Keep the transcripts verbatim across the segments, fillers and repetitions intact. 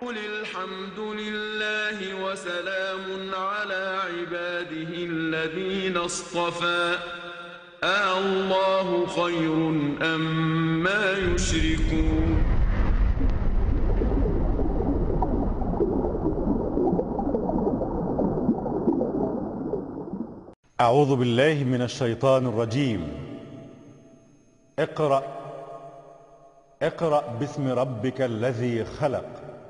قل الحمد لله وسلام على عباده الذين اصطفى أَاللَّهُ خير أم ما يشركون. أعوذ بالله من الشيطان الرجيم. اقرأ اقرأ باسم ربك الذي خلق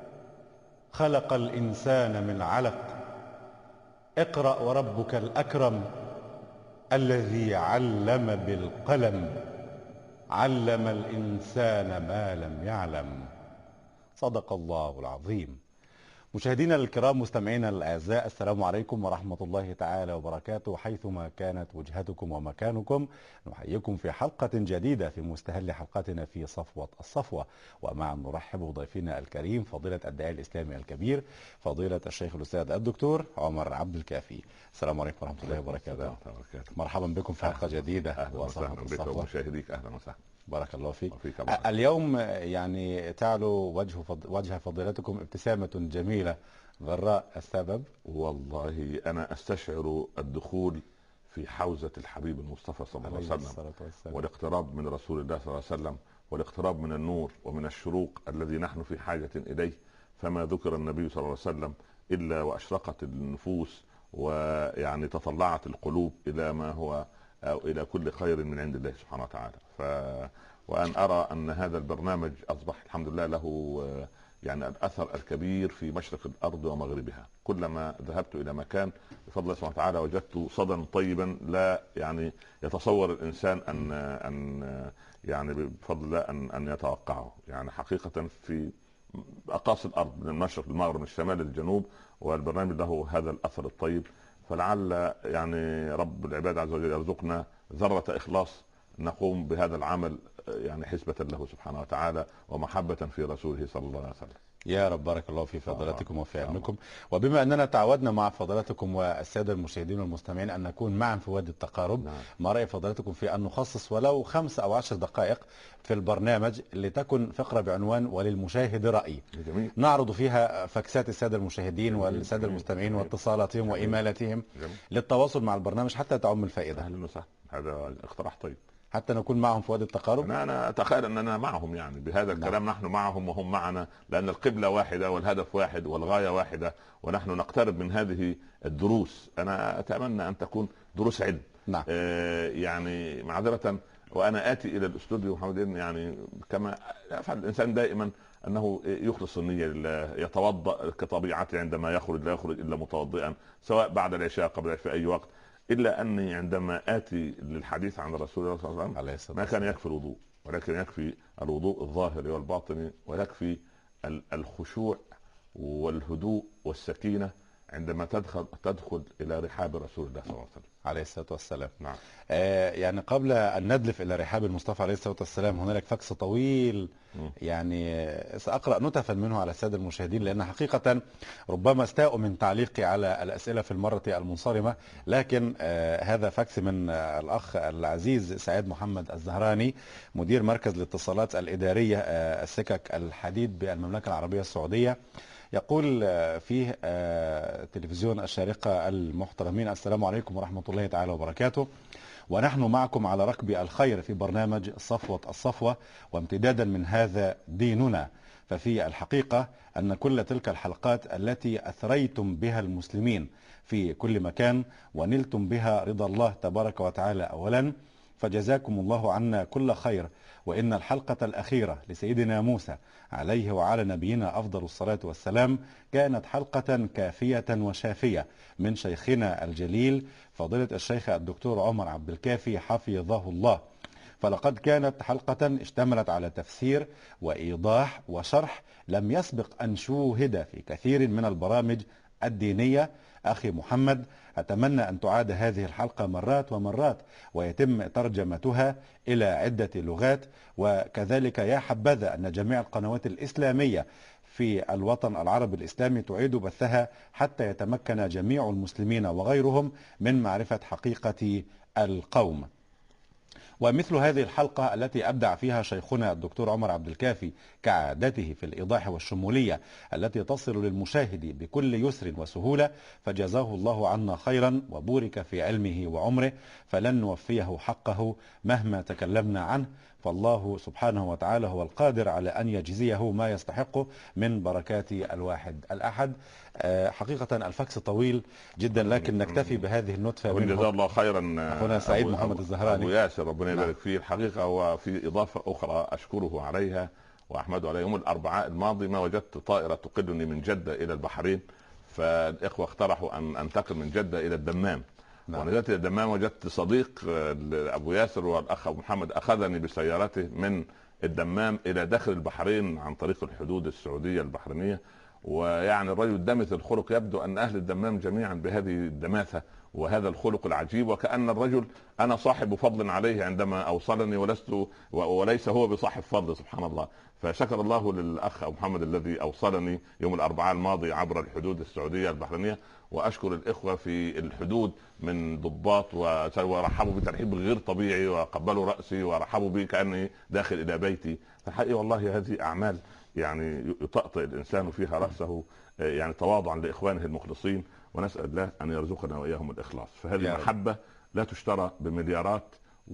خلق الإنسان من علق اقرأ وربك الأكرم الذي علم بالقلم علم الإنسان ما لم يعلم. صدق الله العظيم. مشاهدينا الكرام، مستمعينا الأعزاء، السلام عليكم ورحمة الله تعالى وبركاته، حيثما كانت وجهتكم ومكانكم. نحييكم في حلقة جديدة في مستهل حلقتنا في صفوة الصفوة، ومعا نرحب بضيفنا الكريم فضيلة الداعية الإسلامي الكبير فضيلة الشيخ الأستاذ الدكتور عمر عبد الكافي. السلام عليكم ورحمة الله وبركاته. مرحبا بكم في حلقة جديدة. أهلا وسهلا بك ومشاهديك، أهلا وسهلا. بارك الله فيك. وفيك اليوم يعني تعلو وجه فض... وجه فضيلتكم ابتسامة جميلة غراء السبب. والله أنا أستشعر الدخول في حوزة الحبيب المصطفى صلى الله عليه وسلم، والاقتراب من رسول الله صلى الله عليه وسلم، والاقتراب من النور ومن الشروق الذي نحن في حاجة إليه. فما ذكر النبي صلى الله عليه وسلم إلا وأشرقت النفوس، ويعني تطلعت القلوب إلى ما هو أو إلى كل خير من عند الله سبحانه وتعالى. ف وأن أرى أن هذا البرنامج أصبح الحمد لله له يعني الأثر الكبير في مشرق الأرض ومغربها. كلما ذهبت إلى مكان بفضل الله سبحانه وتعالى وجدت صدى طيبا لا يعني يتصور الإنسان أن أن يعني بفضل الله أن أن يتوقعه. يعني حقيقة في أقاصي الأرض من المشرق للمغرب من الشمال للجنوب، والبرنامج له هذا الأثر الطيب. فلعل يعني رب العباد عز وجل يرزقنا ذرة إخلاص نقوم بهذا العمل يعني حسبة له سبحانه وتعالى ومحبة في رسوله صلى الله عليه وسلم. يا رب، بارك الله في فضلاتكم وفي علمكم. وبما أننا تعودنا مع فضلاتكم والسادة المشاهدين والمستمعين أن نكون معا في وادي التقارب، نعم. ما رأي فضلاتكم في أن نخصص ولو خمس أو عشر دقائق في البرنامج لتكن فقرة بعنوان وللمشاهد رأي، جميل. نعرض فيها فاكسات السادة المشاهدين والسادة المستمعين واتصالاتهم وإيميلاتهم للتواصل مع البرنامج حتى تعم الفائدة. أهلا وسهلا، هذا اقتراح طيب، حتى نكون معهم في وادي التقارب. أنا, أنا أتخيل أننا معهم يعني بهذا الكلام. نعم. نحن معهم وهم معنا، لأن القبلة واحدة والهدف واحد والغاية واحدة، ونحن نقترب من هذه الدروس. أنا أتمنى أن تكون دروس علم. نعم. آه يعني معذرة وأنا آتي إلى الاستوديو محمد، يعني كما يفعل الإنسان دائما أنه يخلص النية لله، يتوضأ كطبيعته عندما يخرج لا يخرج إلا متوضئا، سواء بعد العشاء قبل العشاء في أي وقت. إلا أني عندما آتي للحديث عن رسول الله صلى الله عليه وسلم ما كان يكفي الوضوء، ولكن يكفي الوضوء الظاهري والباطني، ويكفي الخشوع والهدوء والسكينة عندما تدخل تدخل إلى رحاب رسول الله صلى الله عليه وسلم عليه الصلاة والسلام. نعم. آه يعني قبل أن ندلف إلى رحاب المصطفى عليه الصلاة والسلام هنالك فكس طويل، م. يعني سأقرأ نتفا منه على السادة المشاهدين، لأن حقيقة ربما استاءوا من تعليقي على الأسئلة في المرة المنصرمة، لكن آه هذا فكس من آه الأخ العزيز سعيد محمد الزهراني، مدير مركز الاتصالات الإدارية آه السكك الحديد بالمملكة العربية السعودية. يقول فيه تلفزيون الشارقة المحترمين: السلام عليكم ورحمة الله تعالى وبركاته، ونحن معكم على ركب الخير في برنامج صفوة الصفوة، وامتدادا من هذا ديننا. ففي الحقيقة أن كل تلك الحلقات التي أثريتم بها المسلمين في كل مكان ونلتم بها رضا الله تبارك وتعالى أولا، فجزاكم الله عنا كل خير. وإن الحلقة الأخيرة لسيدنا موسى عليه وعلى نبينا أفضل الصلاة والسلام كانت حلقة كافية وشافية من شيخنا الجليل فضيلة الشيخ الدكتور عمر عبد الكافي حفظه الله. فلقد كانت حلقة اشتملت على تفسير وإيضاح وشرح لم يسبق أن شوهد في كثير من البرامج الدينية. أخي محمد، أتمنى أن تعاد هذه الحلقة مرات ومرات ويتم ترجمتها إلى عدة لغات، وكذلك يا حبذا أن جميع القنوات الإسلامية في الوطن العربي الإسلامي تعيد بثها حتى يتمكن جميع المسلمين وغيرهم من معرفة حقيقة القوم. ومثل هذه الحلقة التي أبدع فيها شيخنا الدكتور عمر عبد الكافي كعادته في الإيضاح والشمولية التي تصل للمشاهد بكل يسر وسهولة، فجزاه الله عنا خيرا وبورك في علمه وعمره، فلن نوفيه حقه مهما تكلمنا عنه، فالله سبحانه وتعالى هو القادر على أن يجزيه ما يستحقه من بركات الواحد الأحد. حقيقة الفكس طويل جدا، لكن نكتفي بهذه النتفة منه. جزاه الله خيرا أخونا سعيد محمد الزهراني أبو ياسر، ربنا يبارك فيه. الحقيقة هو في إضافة أخرى أشكره عليها وأحمده عليها. يوم الأربعاء الماضي ما وجدت طائرة تقلني من جدة إلى البحرين، فالإخوة اقترحوا أن أنتقل من جدة إلى الدمام. نعم. ونزلت الى الدمام وجدت صديق ابو ياسر والاخ ابو محمد اخذني بسيارته من الدمام الى داخل البحرين عن طريق الحدود السعوديه البحرينيه. ويعني الرجل دمث الخلق، يبدو ان اهل الدمام جميعا بهذه الدماثه وهذا الخلق العجيب، وكأن الرجل انا صاحب فضل عليه عندما اوصلني ولست وليس هو بصاحب فضل، سبحان الله. فشكر الله للاخ ابو محمد الذي اوصلني يوم الاربعاء الماضي عبر الحدود السعوديه البحرينيه، واشكر الاخوه في الحدود من ضباط ورحبوا بترحيب غير طبيعي وقبلوا راسي ورحبوا بي كاني داخل الى بيتي. فحقيقه والله هذه اعمال يعني يطأطئ الانسان فيها راسه يعني تواضعا لاخوانه المخلصين، ونسال الله ان يرزقنا واياهم الاخلاص. فهذه محبه لا تشترى بمليارات،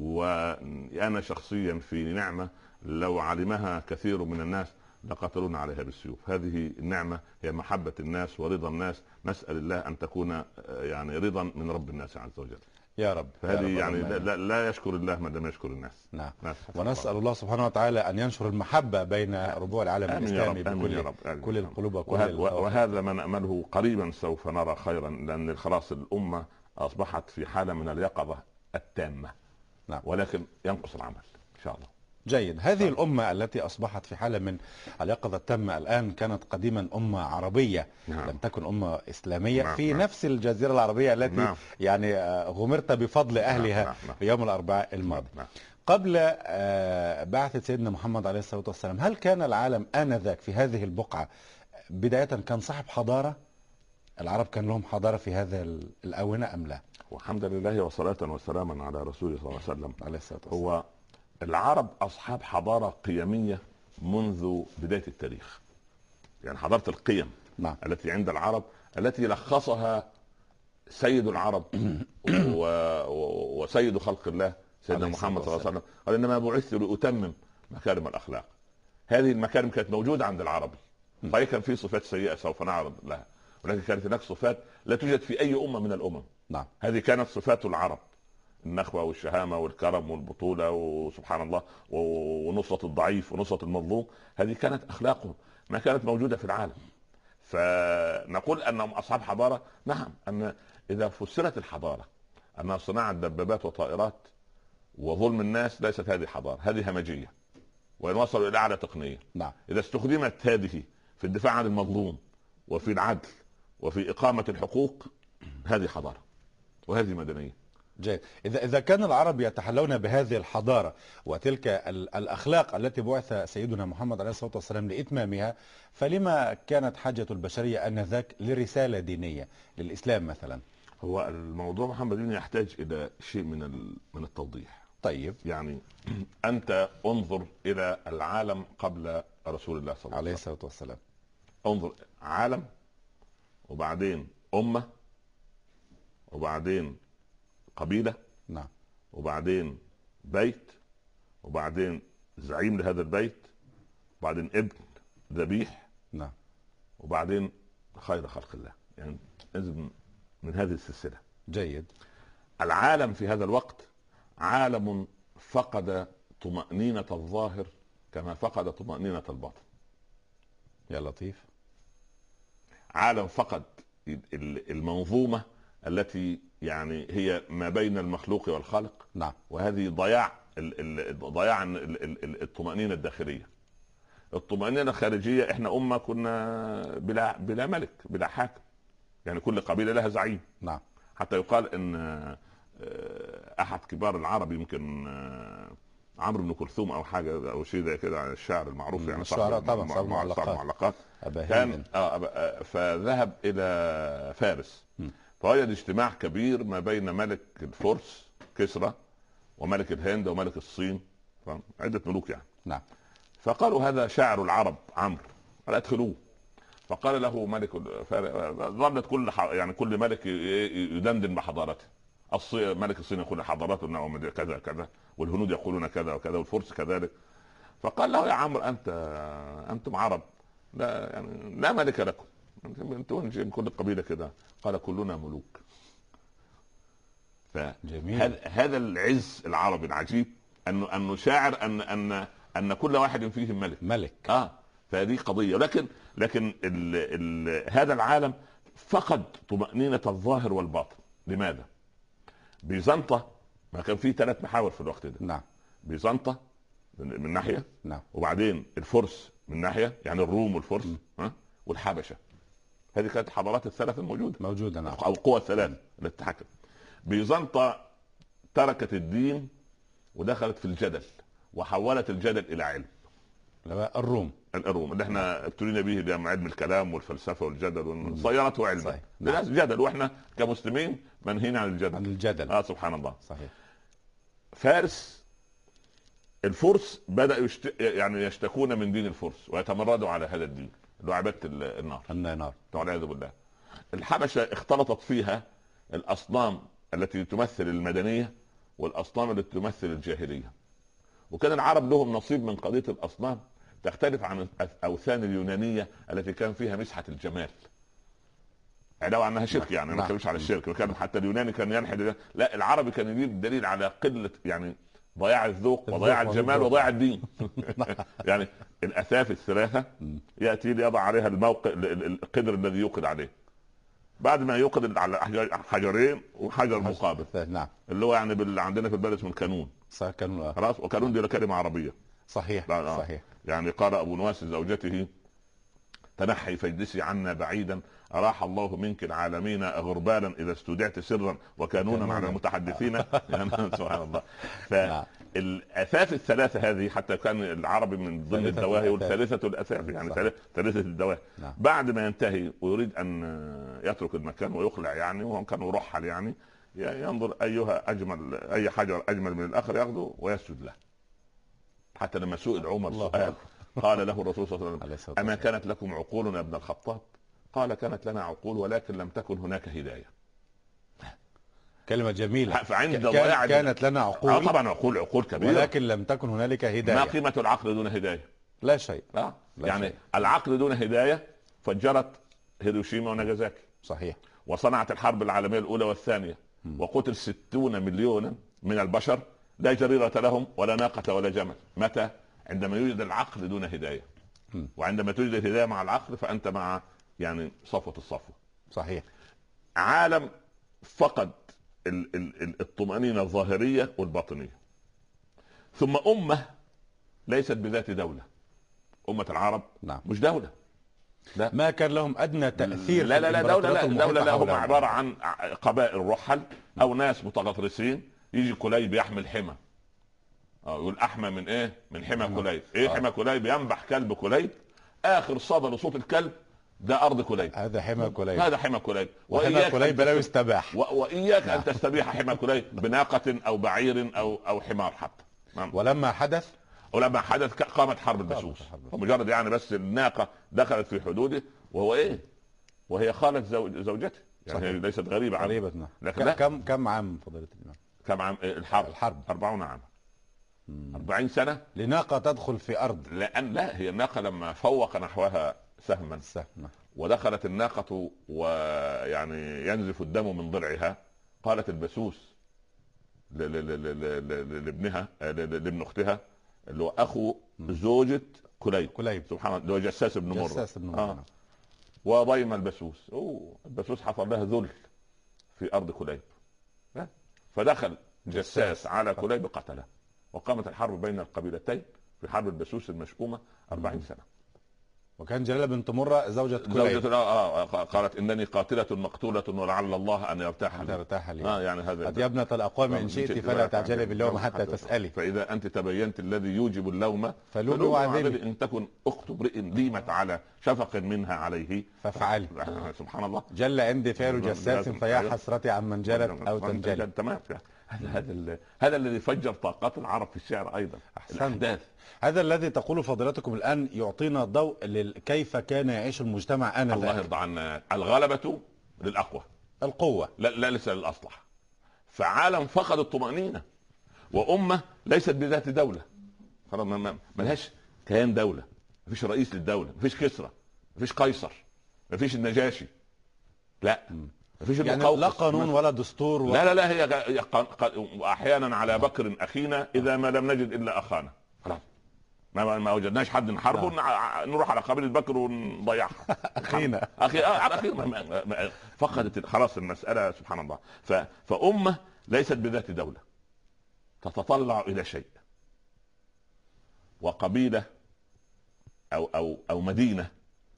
وانا شخصيا في نعمه لو علمها كثير من الناس لقاتلونا عليها بالسيوف. هذه النعمه هي محبه الناس ورضا الناس، نسال الله ان تكون يعني رضا من رب الناس عز وجل يا رب. فهذه يعني لا, لا يشكر الله ما لم يشكر الناس. نعم. ونسال الله سبحانه وتعالى ان ينشر المحبه بين ربوع العالم الاسلامي بكل كل القلوب وكل وهذا, وهذا ما نامله قريبا سوف نرى خيرا، لان خلاص الامه اصبحت في حاله من اليقظه التامه. نعم. ولكن ينقص العمل ان شاء الله. جيد. هذه نعم. الأمة التي أصبحت في حالة من اليقظة التامة الآن كانت قديما أمة عربية. نعم. لم تكن أمة إسلامية. نعم. في نعم. نفس الجزيرة العربية التي نعم. يعني غمرت بفضل أهلها نعم. نعم. في يوم الأربعاء الماضي. نعم. قبل بعثة سيدنا محمد عليه الصلاة والسلام، هل كان العالم آنذاك في هذه البقعة بداية كان صاحب حضارة؟ العرب كان لهم حضارة في هذا الآونة أم لا؟ والحمد لله وصلاة وسلاما على رسوله صلى الله عليه وسلم. عليه الصلاة والسلام. هو العرب أصحاب حضارة قيمية منذ بداية التاريخ، يعني حضارة القيم. نعم. التي عند العرب التي لخصها سيد العرب و... و... وسيد خلق الله سيدنا محمد صلى الله عليه وسلم، قال إنما بعثت لأتمم مكارم الأخلاق. هذه المكارم كانت موجودة عند العربي، صحيح كان في صفات سيئة سوف نعرض لها، ولكن كانت هناك صفات لا توجد في أي أمة من الأمم. نعم. هذه كانت صفات العرب، النخوة والشهامة والكرم والبطولة وسبحان الله ونصرة الضعيف ونصرة المظلوم. هذه كانت أخلاقهم، ما كانت موجودة في العالم. فنقول أنهم أصحاب حضارة. نعم، أن إذا فسرت الحضارة أنها صناعة دبابات وطائرات وظلم الناس، ليست هذه حضارة، هذه همجية، وإن وصلوا إلى أعلى تقنية. نعم. إذا استخدمت هذه في الدفاع عن المظلوم وفي العدل وفي إقامة الحقوق، هذه حضارة وهذه مدنية. جيد. إذا إذا كان العرب يتحلون بهذه الحضارة وتلك الأخلاق التي بعث سيدنا محمد عليه الصلاة والسلام لإتمامها، فلما كانت حاجة البشرية آنذاك لرسالة دينية للإسلام مثلا؟ هو الموضوع محمد يحتاج إلى شيء من من التوضيح. طيب. يعني أنت انظر إلى العالم قبل رسول الله صلى الله عليه الصلاة والسلام. انظر عالم، وبعدين أمة، وبعدين قبيلة. نعم. وبعدين بيت، وبعدين زعيم لهذا البيت، وبعدين ابن ذبيح. نعم. وبعدين خير خلق الله. يعني لازم من هذه السلسلة. جيد. العالم في هذا الوقت عالم فقد طمأنينة الظاهر كما فقد طمأنينة الباطن. يا لطيف. عالم فقد المنظومة التي يعني هي ما بين المخلوق والخالق. نعم. وهذه ضياع ضياع الطمأنينة الداخلية. الطمأنينة الخارجية، احنا أمة كنا بلا بلا ملك بلا حاكم، يعني كل قبيلة لها زعيم. نعم. حتى يقال ان احد كبار العرب، يمكن عمرو بن كلثوم او حاجه او شيء زي كده، الشاعر المعروف يعني الشعراء طبعا صار معلقات كان آه فذهب الى فارس، م. فوجد اجتماع كبير ما بين ملك الفرس كسرى وملك الهند وملك الصين، عدة ملوك يعني. نعم. فقالوا هذا شاعر العرب عمرو، قال ادخلوه. فقال له ملك، ظلت كل يعني كل ملك يدندن بحضارته. الصين ملك الصين يقول حضارتنا كذا كذا، والهنود يقولون كذا وكذا، والفرس كذلك. فقال له يا عمرو انت انتم عرب، لا يعني لا ملك لكم، انتم كل القبيله كده. قال كلنا ملوك. فهذا هذا العز العربي العجيب، انه انه شاعر ان ان ان كل واحد فيهم ملك ملك اه فهذه قضيه. لكن لكن ال ال هذا العالم فقد طمأنينة الظاهر والباطن. لماذا؟ بيزنطة ما كان فيه ثلاث محاور في الوقت ده. نعم. بيزنطة من ناحيه، نعم. وبعدين الفرس من ناحيه، يعني الروم والفرس، ها، والحبشه. هذه كانت الحضارات الثلاث الموجوده موجوده. نعم. او القوى الثلاث التي تتحكم. بيزنطة تركت الدين ودخلت في الجدل، وحولت الجدل الى علم. الروم الروم اللي احنا ابتلينا به اليوم، علم الكلام والفلسفه والجدل صيرته علما. الناس جدل، واحنا كمسلمين منهين عن الجدل. عن الجدل. اه سبحان الله. صحيح. فارس، الفرس بدأوا يشت... يعني يشتكون من دين الفرس ويتمردوا على هذا الدين اللي هو عبادة النار. النار. والعياذ بالله. الحبشة اختلطت فيها الأصنام التي تمثل المدنية والأصنام التي تمثل الجاهلية. وكان العرب لهم نصيب من قضية الأصنام، تختلف عن الأوثان اليونانية التي كان فيها مسحة الجمال، علاوة عنها شرك. يعني ما كانوش على الشرك، وكان حتى اليوناني كان يلحد. لا، العربي كان يجيب دليل على قلة يعني ضياع الذوق وضياع الجمال وضياع الدين. يعني الأثاث الثلاثة يأتي ليضع عليها الموقع القدر الذي يوقد عليه، بعد ما يوقد على حجرين وحجر مقابل. نعم. اللي هو يعني بال... عندنا في البلد اسمه الكانون. صح، كانون. خلاص. وكانون دي كلمة عربية. صحيح. آه. صحيح. يعني قال أبو نواس زوجته تنحي فاجلسي عنا بعيدا، أراح الله منك العالمين غربالا إذا استودعت سرا وكانونا على المتحدثين. يعني سبحان الله. فالأثاث الثلاثة هذه حتى كان العربي من ضمن الدواهي والثالثة الأثاث، يعني ثالثة الدواهي. بعد ما ينتهي ويريد أن يترك المكان ويخلع، يعني وهم كانوا رحل، يعني ينظر أيها أجمل، أي حجر أجمل من الآخر يأخذه ويسجد له. حتى لما سئل عمر سؤال قال له الرسول صلى الله عليه وسلم أما كانت لكم عقول يا ابن الخطاب؟ قال كانت لنا عقول ولكن لم تكن هناك هداية. كلمة جميلة. فعند ضياع كانت لنا عقول. آه طبعا عقول عقول كبيرة، ولكن لم تكن هنالك هداية. ما قيمة العقل دون هداية؟ لا شيء. آه. لا يعني شيء. العقل دون هداية فجرت هيروشيما وناجازاكي. صحيح. وصنعت الحرب العالمية الأولى والثانية، م. وقتل ستون مليونا من البشر لا جريرة لهم ولا ناقة ولا جمل. متى؟ عندما يوجد العقل دون هداية. م. وعندما توجد الهداية مع العقل فأنت مع يعني صفوة الصفوة. صحيح. عالم فقد الطمأنينة الظاهرية والباطنية. ثم أمة ليست بذات دولة. أمة العرب. نعم. مش دولة. لا. ما كان لهم أدنى تأثير. لا لا لا دولة لا دولة لا هم عبارة عن قبائل رحل أو ناس متغطرسين. يجي كليب يحمل حمى، يقول أحمى من إيه؟ من حمى كليب. إيه حمى كليب؟ ينبح كلب كليب، آخر صدى لصوت الكلب ده أرض كليب. هذا حمى كليب. هذا حمى كليب. وحمى كليب لا يستباح. وإياك أن تستبيح حمى كليب بناقة أو بعير أو أو حمار حتى. ولما حدث ولما حدث قامت حرب البسوس. مجرد يعني بس الناقة دخلت في حدوده، وهو إيه؟ وهي خالة زوج زوجته، يعني هي ليست غريبة عنه. غريبة. لكن كم كم عام فضيلة الإمام؟ كم عام الحرب؟ الحرب أربعون عاما. أربعين سنة لناقة تدخل في أرض. لأن لا هي الناقة لما فوق نحوها سهما سهما ودخلت الناقة ويعني ينزف الدم من ضلعها، قالت البسوس لابنها لابن أختها اللي هو أخو زوجة كليب. كليب سبحان الله، اللي هو جساس بن مرة. جساس بن مرة. آه. وضيم البسوس. أوه. البسوس حصل لها ذل في أرض كليب، فدخل جساس على كليب قتله، وقامت الحرب بين القبيلتين في حرب البسوس المشؤومة أربعين سنة. وكان جلالة بنت مرة زوجة كليب. زوجة آه, آه قالت إنني قاتلة مقتولة ولعل الله أن يرتاح لي. يرتاح لي. آه يعني هذا قد يا ابنة الأقوام إن شئت فلا تعجلي باللوم حتى تسألي، فإذا أنت تبينت الذي يوجب اللوم فلومي وعذبي، إن تكن أخت امرئ ليمت على شفق منها عليه فافعلي. سبحان الله. جل عندي فعل جساس فيا حسرتي عن من جلت أو تنجلي. تمام. هذا هذا هذا الذي فجر طاقات العرب في الشعر ايضا. احسنت. هذا الذي تقوله فضيلتكم الان يعطينا ضوء كيف كان يعيش المجتمع انذاك. الله يرضى عنا. الغلبة للاقوى، القوة لا, لا ليس للاصلح. فعالم فقد الطمأنينة، وامة ليست بذات دولة، خلاص ما لهاش كيان دولة، مفيش رئيس للدولة، مفيش كسرى، مفيش قيصر، مفيش النجاشي، لا مفيش يعني لا قانون ولا دستور و... لا لا لا هي احيانا على بكر اخينا اذا ما لم نجد الا اخانا، خلاص ما ما وجدناش حد نحاربه نروح على قبيله بكر ونضيعها. اخينا اخي على اخينا فقدت خلاص المساله سبحان الله. ف... فامه ليست بذات دوله تتطلع الى شيء، وقبيله او او او مدينه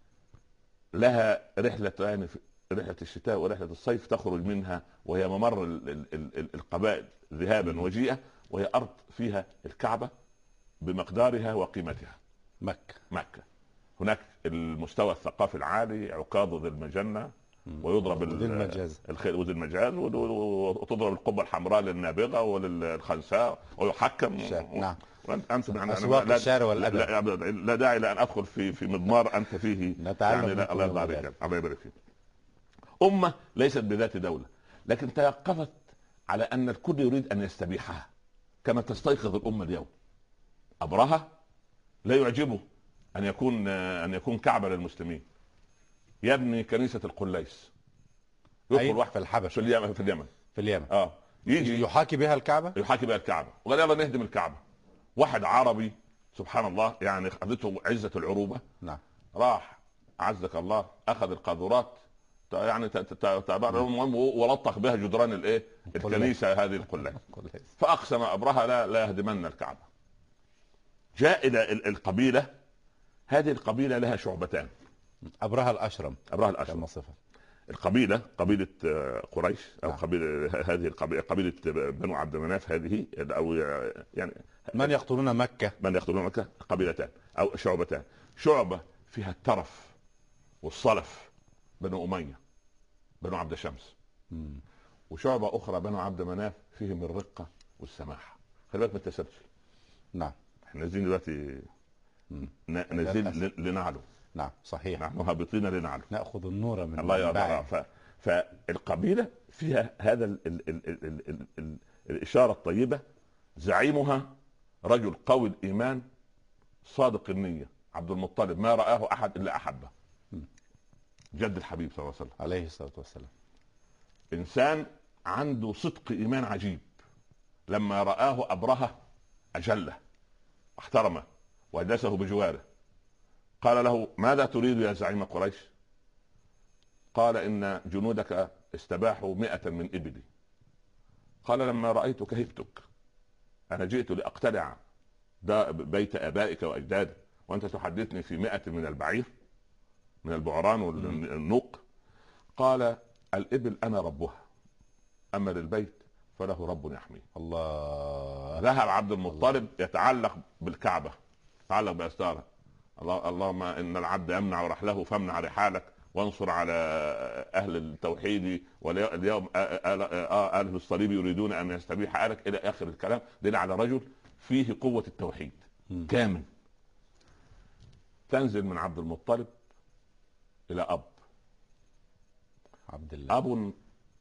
لها رحله، يعني رحله الشتاء ورحله الصيف تخرج منها وهي ممر ال... ال... ال... القبائل ذهابا وجيئه، وهي ارض فيها الكعبه بمقدارها وقيمتها. مكة. مكة هناك المستوى الثقافي العالي، عكاظ ذي المجنة، ويضرب ذي المجاز الخيل وذي المجاز، وتضرب القبة الحمراء للنابغة وللخنساء ويحكم. نعم. أنت يعني أسواق لا الشعر والأدب. لا, لا, لا داعي لأن أدخل في في مضمار أنت فيه. نتعلم يعني لا الله يبارك الله يبارك فيك. أمة ليست بذات دولة، لكن توقفت على أن الكل يريد أن يستبيحها كما تستيقظ الأمة اليوم. أبرهة لا يعجبه أن يكون أن يكون كعبة للمسلمين، يبني كنيسة القليس، يدخل واحد في الحبش في اليمن في اليمن في اليمن اه يجي يحاكي بها الكعبة يحاكي بها الكعبة وقال يلا نهدم الكعبة. واحد عربي سبحان الله يعني خذته عزة العروبة، نعم، راح عزك الله أخذ القاذورات يعني المهم ولطخ بها جدران الايه الكنيسة هذه القليس، فأقسم أبرهة لا لا يهدمن الكعبة. جاء إلى القبيلة، هذه القبيلة لها شعبتان. أبرهة الأشرم أبرهة الأشرم القبيلة قبيلة قريش أو قبيلة هذه القبيلة قبيلة بنو عبد مناف، هذه أو يعني من يقتلون مكة من يقتلون مكة قبيلتان أو شعبتان. شعبة فيها الترف والصلف بنو أمية بنو عبد شمس، وشعبة أخرى بنو عبد مناف فيهم الرقة والسماحة. خلي بالك من التسلسل. نعم احنا نازلين دلوقتي نازلين لنعلو. نعم صحيح، نحن هابطين لنعلو ناخذ النور من الله يرضى. ف... فالقبيله فيها هذا ال... ال... ال... ال... ال... ال... الاشاره الطيبه. زعيمها رجل قوي الايمان صادق النيه، عبد المطلب ما رآه احد الا احبه، جد الحبيب صلى الله عليه وسلم عليه الصلاه والسلام. انسان عنده صدق ايمان عجيب. لما رآه ابرهه اجله احترمه واجلسه بجواره، قال له ماذا تريد يا زعيم قريش؟ قال إن جنودك استباحوا مئة من إبلي. قال لما رأيتك هبتك، أنا جئت لأقتلع بيت آبائك وأجدادك وأنت تحدثني في مئة من البعير من البعران والنوق. قال الإبل أنا ربها، أما للبيت فله رب يحميه. الله. ذهب عبد المطلب يتعلق بالكعبة، يتعلق بأستاره. الله اللهم ان العبد يمنع رحله فامنع رحالك وانصر على اهل التوحيد، واليوم اهل الصليب يريدون ان يستبيح آلك الى اخر الكلام. دل على رجل فيه قوة التوحيد م. كامل. تنزل من عبد المطلب الى اب عبد الله. اب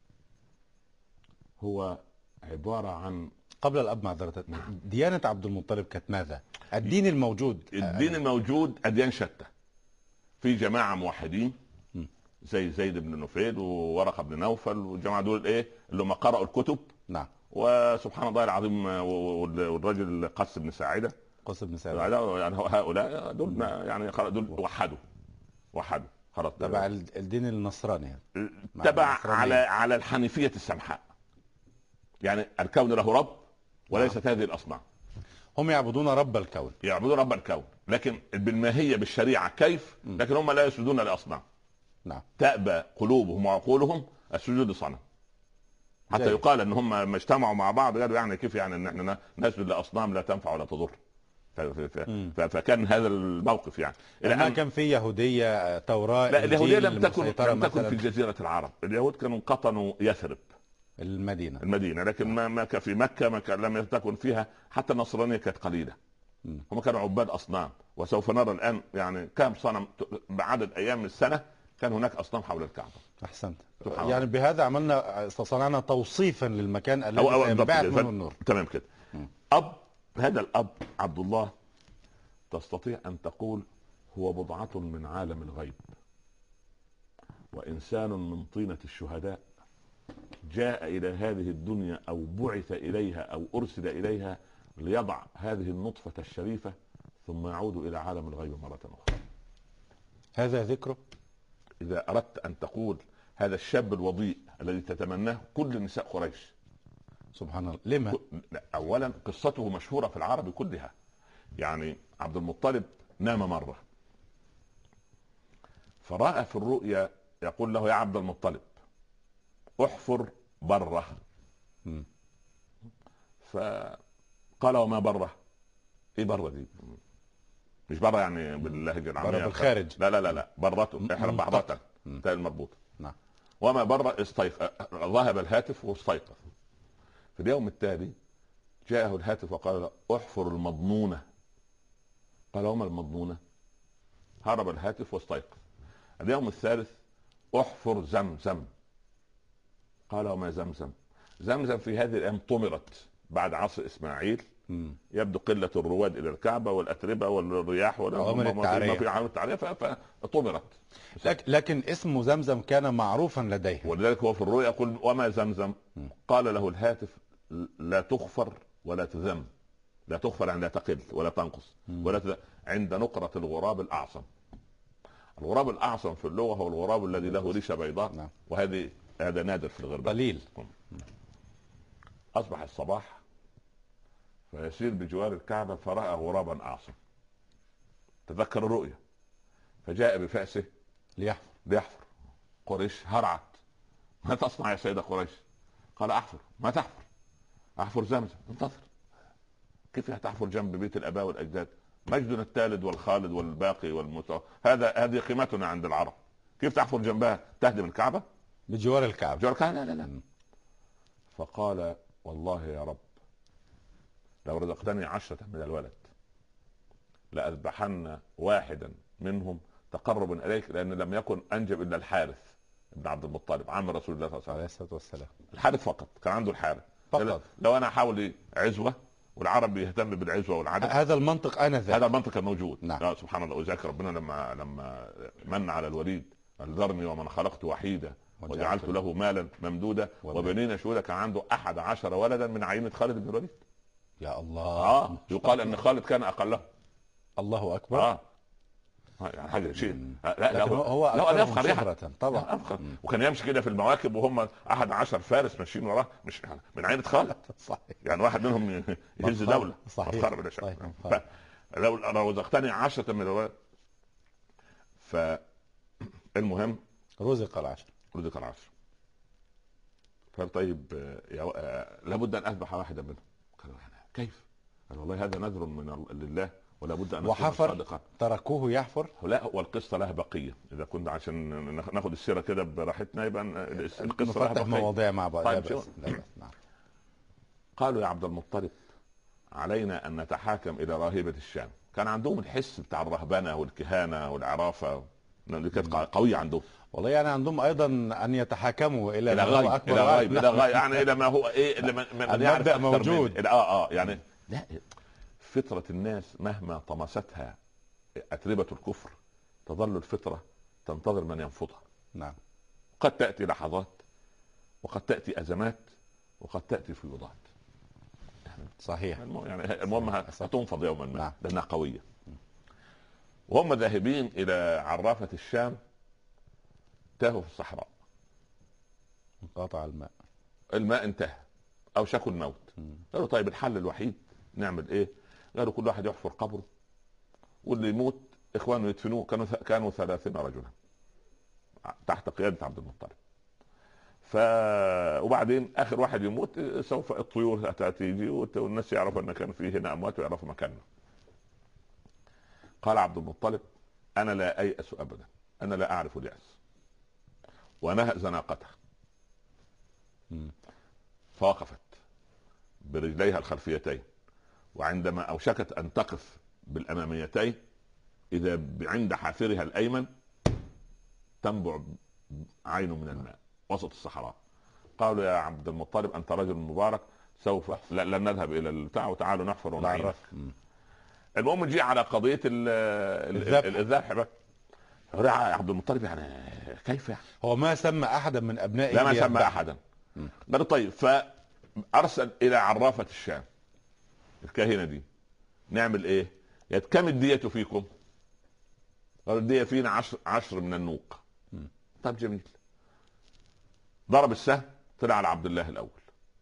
هو عبارة عن قبل الاب معذرة، ديانة عبد المطلب كانت ماذا؟ الدين الموجود الدين الموجود اديان شتى. في جماعه موحدين زي زيد بن نفيل وورقه بن نوفل والجماعه دول ايه اللي هم قرأوا الكتب. نعم. وسبحان الله العظيم والرجل قس بن ساعده قس بن ساعده يعني هؤلاء دول يعني دول وحدوا وحدوا خلاص تبع الدين النصراني، تبع على على الحنيفيه السمحاء. يعني الكون له رب وليست هذه الاصنام. هم يعبدون رب الكون، يعبدون رب الكون، لكن بالماهيه بالشريعه كيف؟ لكن هم لا يسجدون لاصنام. نعم. تأبى قلوبهم وعقولهم السجود لصنم. حتى جاي. يقال ان هم لما اجتمعوا مع بعض قالوا يعني كيف يعني ان احنا نسجد لاصنام لا تنفع ولا تضر. فكان هذا الموقف يعني ما أن... كان في يهوديه توراة. لا اليهوديه لم تكن لم تكن في جزيره العرب. اليهود كانوا قطنوا يثرب المدينة المدينة لكن ما ما كان في مكة ما كان لم تكن فيها حتى النصرانية كانت قليلة. هم كانوا عباد أصنام، وسوف نرى الآن يعني كم صنم بعدد أيام السنة كان هناك أصنام حول الكعبة. أحسنت. يعني بهذا عملنا صنعنا توصيفا للمكان الذي سينبعث منه النور. تمام كده. أب هذا الأب عبد الله تستطيع أن تقول هو بضعة من عالم الغيب، وإنسان من طينة الشهداء جاء إلى هذه الدنيا أو بعث إليها أو أرسل إليها ليضع هذه النطفة الشريفة ثم يعود إلى عالم الغيب مرة أخرى. هذا ذكره. إذا أردت أن تقول هذا الشاب الوضيء الذي تتمناه كل نساء قريش. سبحان الله. لما؟ أولا قصته مشهورة في العرب كلها. يعني عبد المطلب نام مرة فرأى في الرؤيا يقول له يا عبد المطلب احفر بره. فقال وما بره؟ ايه بره دي؟ مش بره يعني باللهجه العاميه، بره بالخارج. لا لا لا لا برته احرم بعضته تاء المربوطه. نعم. وما بره استيقظ، ذهب الهاتف واستيقظ. في اليوم التالي جاءه الهاتف وقال له احفر المضنونه. قال وما المضنونه؟ هرب الهاتف واستيقظ. اليوم الثالث احفر زمزم. قال وما زمزم؟ زمزم في هذه الايام طمرت بعد عصر اسماعيل. م. يبدو قله الرواد الى الكعبه والاتربه والرياح وعوامل التعريه في عوامل التعريه فطمرت. لكن اسم زمزم كان معروفا لديه، ولذلك هو في الرؤيا يقول وما زمزم؟ م. قال له الهاتف لا تغفر ولا تذم. لا تغفر يعني لا تقل ولا تنقص م. ولا تذم. عند نقرة الغراب الاعصم. الغراب الاعصم في اللغه هو الغراب الذي له ريشه بيضاء. نعم. وهذه هذا نادر في الغرب قليل. اصبح الصباح فيسير بجوار الكعبه فراى غرابا اعصم. تذكر الرؤيا فجاء بفأسه ليحفر. ليحفر. قريش هرعت ما تصنع يا سيدة قريش؟ قال احفر. ما تحفر؟ احفر زمزم. انتظر. كيف هتحفر جنب بيت الاباء والاجداد؟ مجدنا الثالث والخالد والباقي والمتوى، هذا هذه قيمتنا عند العرب. كيف تحفر جنبها؟ تهدم الكعبه؟ بجوار الكعبه. بجوار الكعبه؟ لا لا لا. فقال والله يا رب لو رزقتني عشرة من الولد لأذبحن واحدا منهم تقربا اليك، لان لم يكن انجب الا الحارث ابن عبد المطلب عم رسول الله صلى الله عليه الصلاه والسلام. الحارث فقط كان عنده الحارث فقط. لو انا احاول عزوه والعرب يهتم بالعزوه والعدد، هذا المنطق انا ذا هذا المنطق الموجود. نعم. لا سبحان الله. وذاك ربنا لما لما من على الوليد ذرني ومن خلقت وحيدا وجعلت له مالا ممدودا وبنين شهودا، كان عنده احد عشر ولدا من عينة خالد بن الوليد. يا الله. اه يقال ان خالد كان اقله. الله اكبر. اه يعني حاجه شيء. لا لا هو هو لا يفخر يعني طبعا أفخر. وكان يمشي كده في المواكب وهم احد عشر فارس ماشيين وراه مش من عينة خالد. صحيح. يعني واحد منهم يهز دوله. صحيح. صحيح. لو لو رزقتني عشرة من الولد. فالمهم رزق العشر. رزق العشر. فطيب لابد ان اذبح واحدا منهم. قالوا كيف؟ قال والله هذا نذر من لله ولا بد ان نكون صادقا. تركوه يحفر. لا والقصه لها بقيه، اذا كنت عشان ناخذ السيره كده براحتنا يبقى القصه لها بقيه. مواضيع مع بعض. طيب لا لا نعم. قالوا يا عبد المطلب علينا ان نتحاكم الى راهبه الشام. كان عندهم الحس بتاع الرهبنه والكهانه والعرافه اللي كانت قويه عندهم. والله يعني عندهم ايضا ان يتحاكموا الى الى غايه اكبر الى غايه الى غايه يعني الى ما هو ايه اللي من يعرف موجود. اه اه يعني لا فطره الناس مهما طمستها اتربه الكفر تظل الفطره تنتظر من ينفضها. نعم. قد تاتي لحظات وقد تاتي ازمات وقد تاتي فيوضات. صحيح. يعني المهم هتنفض يوما ما. نعم. لانها قويه. وهم ذاهبين الى عرافه الشام تاهوا في الصحراء. انقطع الماء. الماء انتهى او شكوا الموت. قالوا طيب الحل الوحيد نعمل ايه؟ قالوا كل واحد يحفر قبره واللي يموت اخوانه يدفنوه. كانوا كانوا ثلاثين رجلا تحت قياده عبد المطلب. ف وبعدين اخر واحد يموت سوف الطيور تاتي والناس يعرفوا ان كان فيه هنا اموات ويعرفوا مكاننا. قال عبد المطلب انا لا ايأس ابدا، انا لا اعرف اليأس. ونهز ناقته فوقفت برجليها الخلفيتين، وعندما اوشكت ان تقف بالاماميتين اذا عند حافرها الايمن تنبع عين من الماء وسط الصحراء. قالوا يا عبد المطلب انت رجل مبارك، سوف لن نذهب الى البتاع وتعالوا نحفر ونعرف. المهم جي على قضيه الذبح بقى. يا عبد المطلب يعني كيف يعني؟ هو ما سمى احدا من ابنائه؟ لا ما سمى احدا. قال طيب، فارسل الى عرافه الشام الكاهنه دي، نعمل ايه؟ كم الدية فيكم؟ قالوا الدية فينا عشر, عشر من النوق. طب جميل. ضرب السهم طلع على عبد الله الاول،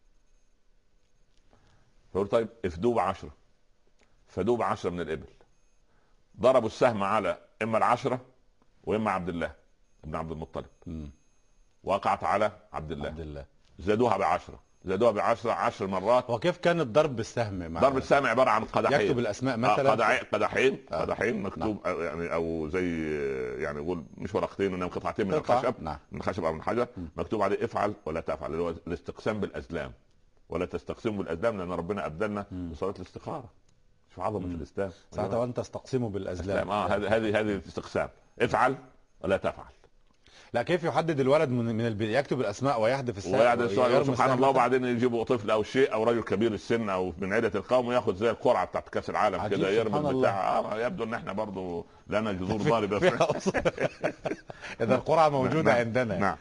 فقال طيب افدوه بعشرة، فدوه بعشرة من الابل. ضربوا السهم على اما العشرة واما عبد الله ابن عبد المطلب، م. وقعت على عبد الله. عبد الله زادوها بعشرة، زادوها بعشرة عشر مرات. وكيف كان الضرب بالسهم؟ ضرب السهم عباره عن قدحين، يكتب الاسماء مثلا قدحين قدحين آه. قدحين مكتوب نعم. يعني او زي يعني يقول مش ورقتين انما قطعتين من الخشب، نعم. من الخشب او من الحجر، مكتوب عليه افعل ولا تفعل، اللي هو الاستقسام بالازلام، ولا تستقسموا بالازلام لان ربنا ابدلنا بصلاه الاستخاره. شوف عظمه الاسلام. ساعتها وانت تستقسموا بالازلام. اه هذه هذه هذه الاستقسام، افعل ولا تفعل. لا كيف يحدد الولد من من البي... يكتب الاسماء ويحذف السهم ويحذف السهم سبحان الله، وبعدين يجيبوا طفل او شيء او رجل كبير السن او من عيله القوم وياخذ زي القرعه بتاعت كاس العالم كده يرمي بتاع. آه يبدو ان احنا برضو لنا جذور ضاربه. اذا القرعه موجوده نعم. عندنا. نعم.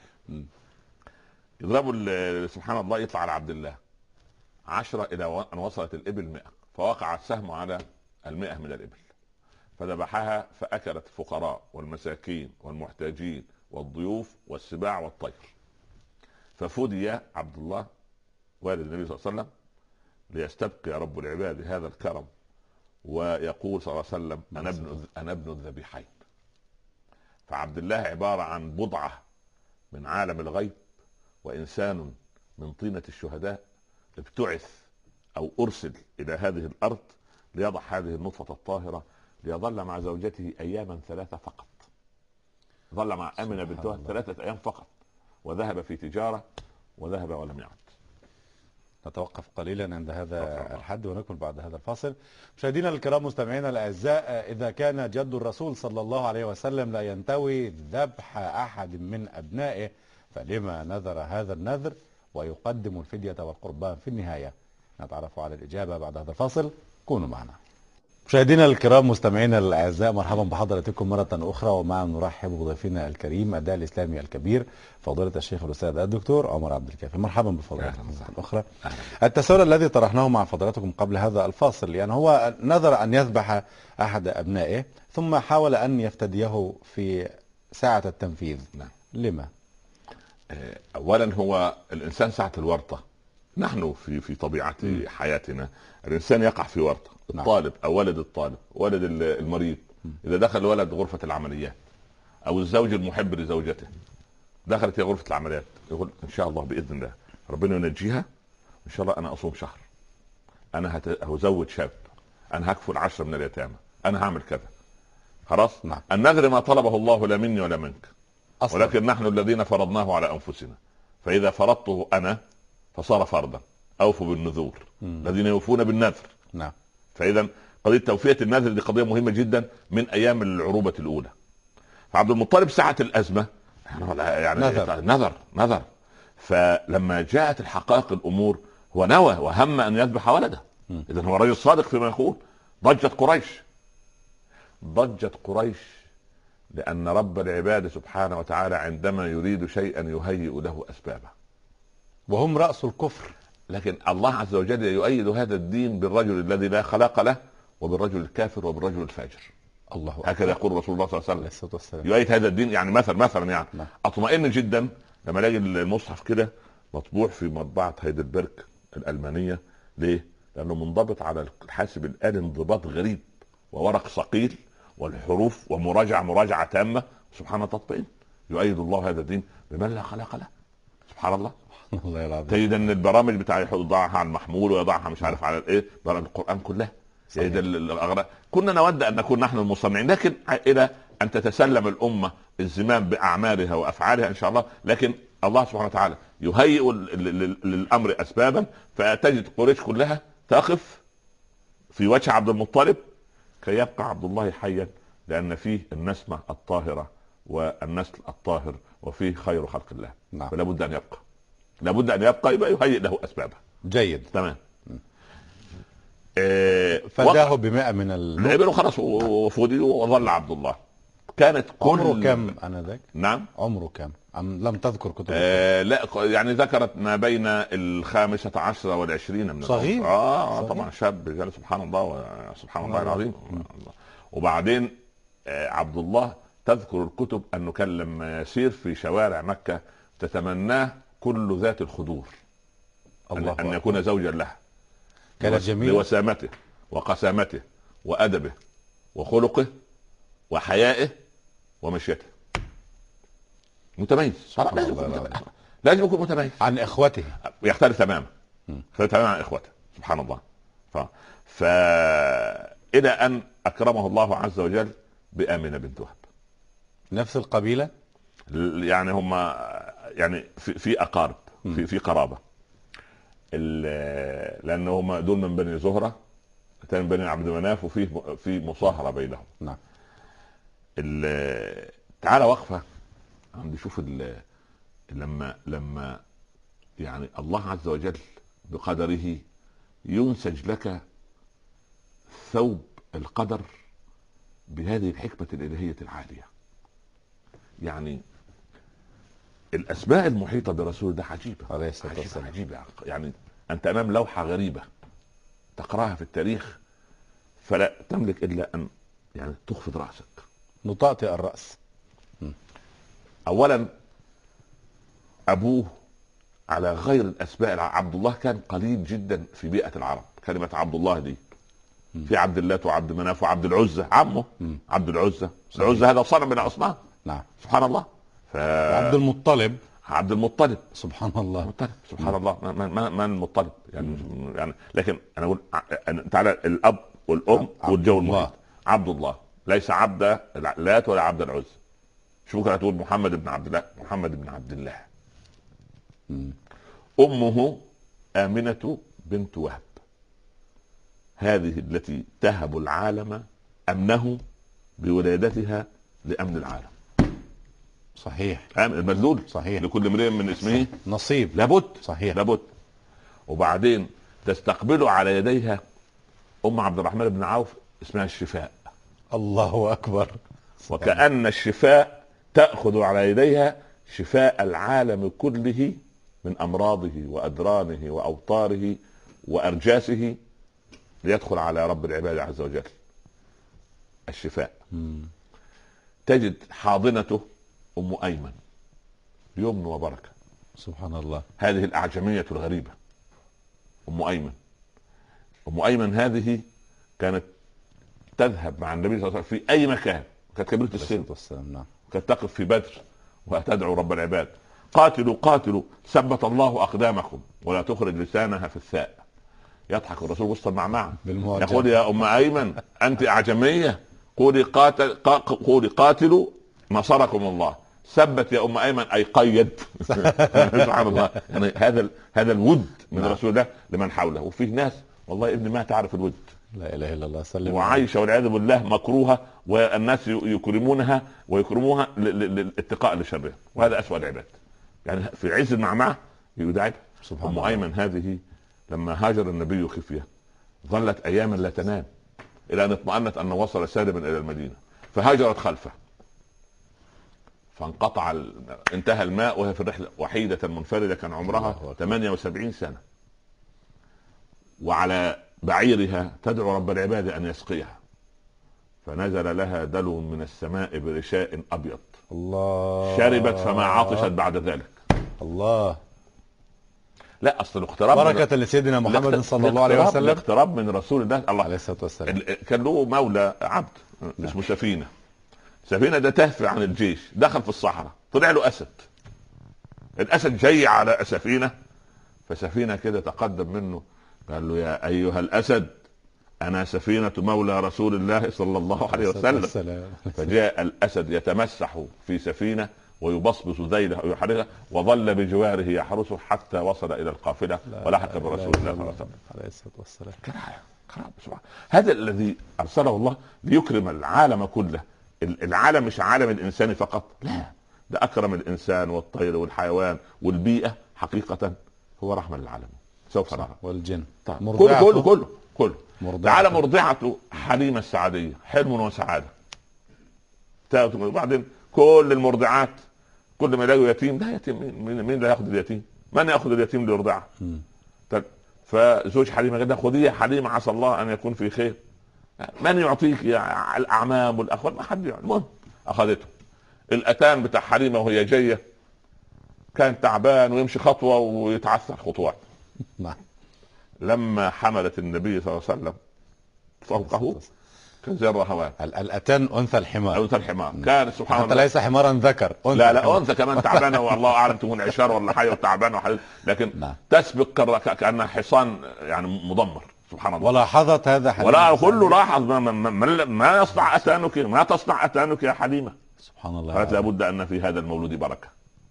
يضربوا سبحان الله، يطلع على عبد الله عشرة الى ان وصلت الابل مئة، فوقع السهم على المئة من الابل فذبحها، فاكلت الفقراء والمساكين والمحتاجين والضيوف والسباع والطير. ففدي عبد الله والد النبي صلى الله عليه وسلم ليستبقي رب العباد هذا الكرم، ويقول صلى الله عليه وسلم انا ابن انا ابن الذبيحين. فعبد الله عباره عن بضعه من عالم الغيب، وانسان من طينه الشهداء ابتعث او ارسل الى هذه الارض ليضع هذه النطفه الطاهره، ليظل مع زوجته اياما ثلاثه فقط. ظل مع امنه بنتها ثلاثه ايام فقط، وذهب في تجاره وذهب ولم يعد. نتوقف قليلا عند هذا الحد ونكمل بعد هذا الفاصل. مشاهدينا الكرام مستمعينا الاعزاء، اذا كان جد الرسول صلى الله عليه وسلم لا ينتوي ذبح احد من ابنائه، فلما نذر هذا النذر ويقدم الفديه والقربان في النهايه؟ نتعرف على الاجابه بعد هذا الفاصل، كونوا معنا. مشاهدينا الكرام مستمعينا الاعزاء، مرحبا بحضراتكم مره اخرى، ومعنا نرحب بضيفنا الكريم الداعي الاسلامي الكبير فضيله الشيخ الاستاذ الدكتور عمر عبد الكافي. مرحبا بفضيلتكم مره اخرى. التساؤل الذي طرحناه مع فضيلتكم قبل هذا الفاصل، يعني هو نذر ان يذبح احد ابنائه ثم حاول ان يفتديه في ساعه التنفيذ. نعم. لما؟ اولا هو الانسان ساعه الورطه، نحن في في طبيعه م. حياتنا الانسان يقع في ورطه. الطالب او ولد الطالب، ولد المريض، اذا دخل الولد غرفه العمليات او الزوج المحب لزوجته دخلت هي غرفه العمليات، يقول ان شاء الله باذن الله ربنا ينجيها، ان شاء الله انا اصوم شهر، انا هزوج شاب، انا هكفل عشرة من اليتامى، انا هعمل كذا. خلاص. نعم. النذر ما طلبه الله لا مني ولا منك أصلاً. ولكن نحن الذين فرضناه على انفسنا، فاذا فرضته انا فصار فرضا. اوفوا بالنذور الذين يوفون بالنذر. نعم. فاذا قضيه توفيه النذر دي قضيه مهمه جدا من ايام العروبه الاولى. فعبد المطلب ساعه الازمه يعني نذر نذر نذر فلما جاءت الحقائق الامور هو نوى وهم ان يذبح ولده. اذا هو رجل صادق فيما يقول. ضجت قريش ضجت قريش لان رب العباد سبحانه وتعالى عندما يريد شيئا يهيئ له اسبابه، وهم راس الكفر. لكن الله عز وجل يؤيد هذا الدين بالرجل الذي لا خلاق له وبالرجل الكافر وبالرجل الفاجر. الله هكذا يقول رسول الله صلى الله عليه وسلم. يؤيد هذا الدين. يعني مثلا مثلا يعني ما. اطمئن جدا لما الاقي المصحف كده مطبوع في مطبعه هايدلبرج الالمانيه. ليه؟ لانه منضبط على الحاسب الالي انضباط غريب، وورق ثقيل، والحروف ومراجعه مراجعه تامه. سبحان الله تطمئن. يؤيد الله هذا الدين بمن لا خلاق له. سبحان الله. الله يرضى. تجد ان البرامج بتاع يضعها على المحمول ويضعها مش عارف على الايه، برامج القران كلها. الاغراض كنا نود ان نكون نحن المصنعين، لكن الى ان تتسلم الامه الزمام باعمالها وافعالها ان شاء الله. لكن الله سبحانه وتعالى يهيئ للامر اسبابا، فتجد قريش كلها تقف في وجه عبد المطلب كي يبقى عبد الله حيا، لان فيه النسمه الطاهره والنسل الطاهر وفيه خير خلق الله. نعم. فلا بد ان يبقى، لابد ان يبقى، يبقى يهيئ له اسبابه. جيد. تمام. إيه فداه بمئة من الابل وخلاص وفودي وظل عبد الله. كانت كل عمره كم انذاك؟ نعم عمره كم؟ أم لم تذكر كتب؟ آه لا يعني ذكرت ما بين الخامسة عشرة والعشرين من صغير. اه صغير. طبعا شاب يعني سبحان الله سبحان الله العظيم. وبعدين آه عبد الله تذكر الكتب انه كان لما يسير في شوارع مكة تتمناه كل ذات الخدور الله ان يكون زوجا لها. كانت جميلة بوسامته وقسامته وادبه وخلقه وحيائه ومشيته. متميز. لازم يكون متميز. لازم يكون متميز عن اخوته، يختلف تماما. يختلف تماما عن اخوته سبحان الله. ف... ف الى ان اكرمه الله عز وجل بآمنة بنت وهب. نفس القبيلة يعني هم يعني في, في اقارب في في قرابه، لان هم دول من بني زهره ثاني من بني عبد مناف، وفي في مصاهره بينهم. نعم. تعالى وقفه عندي شوف لما لما يعني الله عز وجل بقدره ينسج لك ثوب القدر بهذه الحكمة الإلهية العالية. يعني الأسماء المحيطة برسول ده عجيبة عجيبة, عجيبة, عجيبة يعني أنت أمام لوحة غريبة تقرأها في التاريخ فلا تملك إلا أن يعني تخفض رأسك، نطأطئ الرأس. أولا أبوه على غير الأسماء. عبد الله كان قليل جدا في بيئة العرب. كلمة عبد الله دي في عبد الله وعبد مناف وعبد العزة عمه م. عبد العزة. العزة هذا صنم من الأصنام. نعم سبحان الله. ف... عبد المطلب عبد المطلب سبحان الله. المطلب. سبحان م. الله من من المطلب يعني, م. يعني لكن أنا أقول تعالى الأب والأم والجو المحيط. عبد الله ليس عبد اللات ولا عبد العزة. شو ممكن تقول محمد بن عبد الله؟ محمد بن عبد الله. م. أمه آمنة بنت وهب، هذه التي تهب العالم أمنه بولادتها لأمن العالم. صحيح. المدلول صحيح. لكل امرئ من اسمه نصيب. لابد. صحيح. لابد. وبعدين تستقبل على يديها أم عبد الرحمن بن عوف اسمها الشفاء. الله أكبر. وكأن الشفاء تأخذ على يديها شفاء العالم كله من أمراضه وأدرانه وأوطاره وأرجاسه ليدخل على رب العباد عز وجل الشفاء. مم. تجد حاضنته أم أيمن يمن وبركة. سبحان الله. هذه الأعجمية الغريبة أم أيمن. أم أيمن هذه كانت تذهب مع النبي صلى الله عليه وسلم في أي مكان. كانت كبيرة السن. نعم. كانت تقف في بدر وتدعو رب العباد قاتلوا قاتلوا ثبت الله أقدامكم ولا تخرج لسانها في الثاء. يضحك الرسول وسط المعمعة يقول يا أم أيمن أنت أعجمية قولي قاتل قولي قاتلوا نصركم الله. ثبت يا أم أيمن أي قيد. سبحان الله. يعني هذا هذا الود من نعم. رسول الله لمن حوله. وفيه ناس والله ابني ما تعرف الود. لا إله إلا الله. سلم. وعايشة والعياذ بالله مكروهة والناس يكرمونها ويكرموها للاتقاء لشرها وهذا أسوأ العباد. يعني في عز المعمعة يدعي. أم أيمن هذه لما هاجر النبي خفية ظلت أياما لا تنام إلى أن اطمأنت أنه وصل سالما إلى المدينة فهاجرت خلفه فانقطع ال... انتهى الماء وهي في الرحلة وحيدة منفردة كان عمرها ثمانية وسبعين سنة وعلى بعيرها تدعو رب العباد أن يسقيها فنزل لها دلو من السماء برشاء أبيض. الله. شربت فما عطشت بعد ذلك. الله. لا اصل الاقتراب بركة لسيدنا محمد صلى الله عليه وسلم. الاقتراب من رسول الله الله عليه الصلاة والسلام. كان له مولى عبد نعم. اسمه سفينة. سفينة ده تهفي عن الجيش دخل في الصحراء طلع له أسد. الأسد جاي على سفينة فسفينة كده تقدم منه قال له يا أيها الأسد أنا سفينة مولى رسول الله صلى الله عليه وسلم. فجاء الأسد يتمسح في سفينة ويبصبص ذيله ويحركه، وظل بجواره يحرسه حتى وصل الى القافله ولحق برسول الله صلى الله عليه وسلم عليه الصلاه والسلام. هذا الذي ارسله الله ليكرم العالم كله. العالم مش عالم الانسان فقط، لا، ده اكرم الانسان والطير والحيوان والبيئه حقيقه، هو رحمه للعالم. سوف نرى. والجن طيب. كله كله كله كله تعالى مرضعته حليمه السعديه، حلم وسعاده. وبعدين كل المرضعات كل ما يلاقوا يتيم، ده يتيم مين مين اللي ياخذ اليتيم؟ من ياخذ اليتيم ليرضعه؟ فزوج حليمه قال خذيه يا حليمه عسى الله ان يكون في خير. من يعطيك يا الاعمام والاخوات؟ ما حد يعني. المهم اخذته. الاتان بتاع حليمه وهي جايه كان تعبان ويمشي خطوه ويتعثر خطوات. لما حملت النبي صلى الله عليه وسلم فوقه كان زي الرهوان. الاتان انثى الحمار. انثى الحمار كان سبحان الله. حتى ليس حمارا ذكر. لا لا انثى كمان تعبانه والله اعلم تكون عشار ولا حي وتعبانه وحي... لكن نعم. تسبق كانها حصان يعني مدمر. سبحان الله. ولاحظت هذا حليمة. ولا كله لاحظ ما, ما, ما, ما يصنع اتانك، ما تصنع اتانك يا حليمه. سبحان الله. قالت لابد ان في هذا المولود بركه.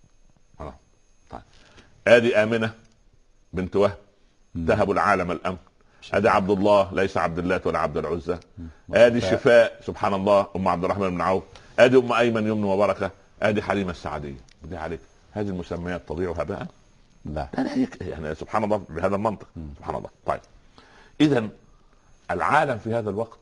طيب ادي امنه بنت وهب تهب العالم الامن. ادي عبد الله ليس عبد الله ولا عبد العزى. ادي الشفاء سبحان الله ام عبد الرحمن بن عوف. ادي ام ايمن يمن وبركه. ادي حليمه السعديه. بدي عليك هذه المسميات تضيع هباء؟ لا لا يعني سبحان الله بهذا المنطق. سبحان الله. طيب اذا العالم في هذا الوقت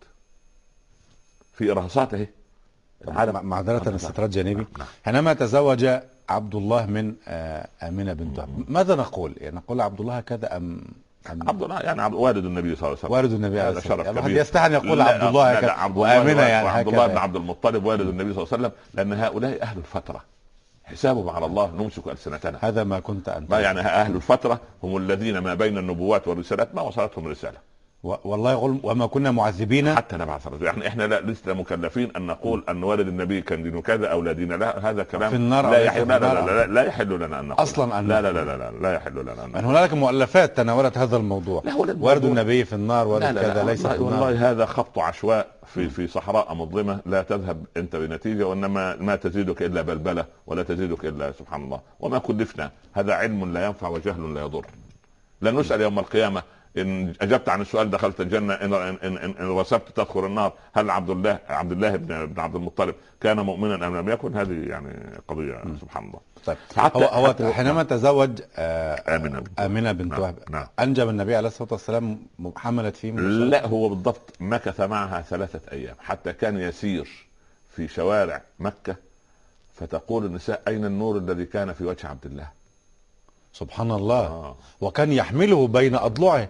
في ارهاصاته. العالم معذره استطراد جانبي. حينما تزوج عبد الله من امنه بنت وهب ماذا نقول؟ يعني نقول عبد الله كذا ام عبد الله يعني عبد والد النبي صلى الله عليه وسلم. والد النبي عليه الصلاه والسلام. الواحد يستحي ان يقول عبد الله هكذا وامنه يعني عبد الله بن عبد المطلب والد النبي صلى الله عليه وسلم، لان هؤلاء اهل الفتره حسابهم على الله نمسك السنتنا. هذا ما كنت انت يعني اهل الفتره هم الذين ما بين النبوات والرسالات ما وصلتهم رساله. والله يقول وما كنا معذبين حتى نبعث رسولا. يعني احنا لا لسنا مكلفين ان نقول ان والد النبي كان دين كذا او لا دين له. هذا كلام في النار لا يحل لا, لا, لا, لا يحل لنا ان نقول اصلا أن لا, لا لا لا لا لا يحل لنا ان نقول. هنالك مؤلفات تناولت هذا الموضوع. والد النبي في النار والد كذا ليس في النار. والله هذا خبط عشواء في في صحراء مظلمه لا تذهب انت بنتيجه، وانما ما تزيدك الا بلبله ولا تزيدك الا سبحان الله. وما كلفنا هذا علم لا ينفع وجهل لا يضر. لن نسال يوم القيامه ان اجبت عن السؤال دخلت الجنه، ان ان ان, إن رسبت تدخل النار. هل عبد الله عبد الله بن عبد المطلب كان مؤمنا ام لم يكن؟ هذه يعني قضيه م. سبحان الله. طيب هو, هو حينما نعم. تزوج آه امنه بنت امنه بنت وهب نعم. انجب النبي عليه الصلاه والسلام حملت فيه؟ لا هو بالضبط مكث معها ثلاثه ايام حتى كان يسير في شوارع مكه فتقول النساء اين النور الذي كان في وجه عبد الله. سبحان الله. آه. وكان يحمله بين اضلعه.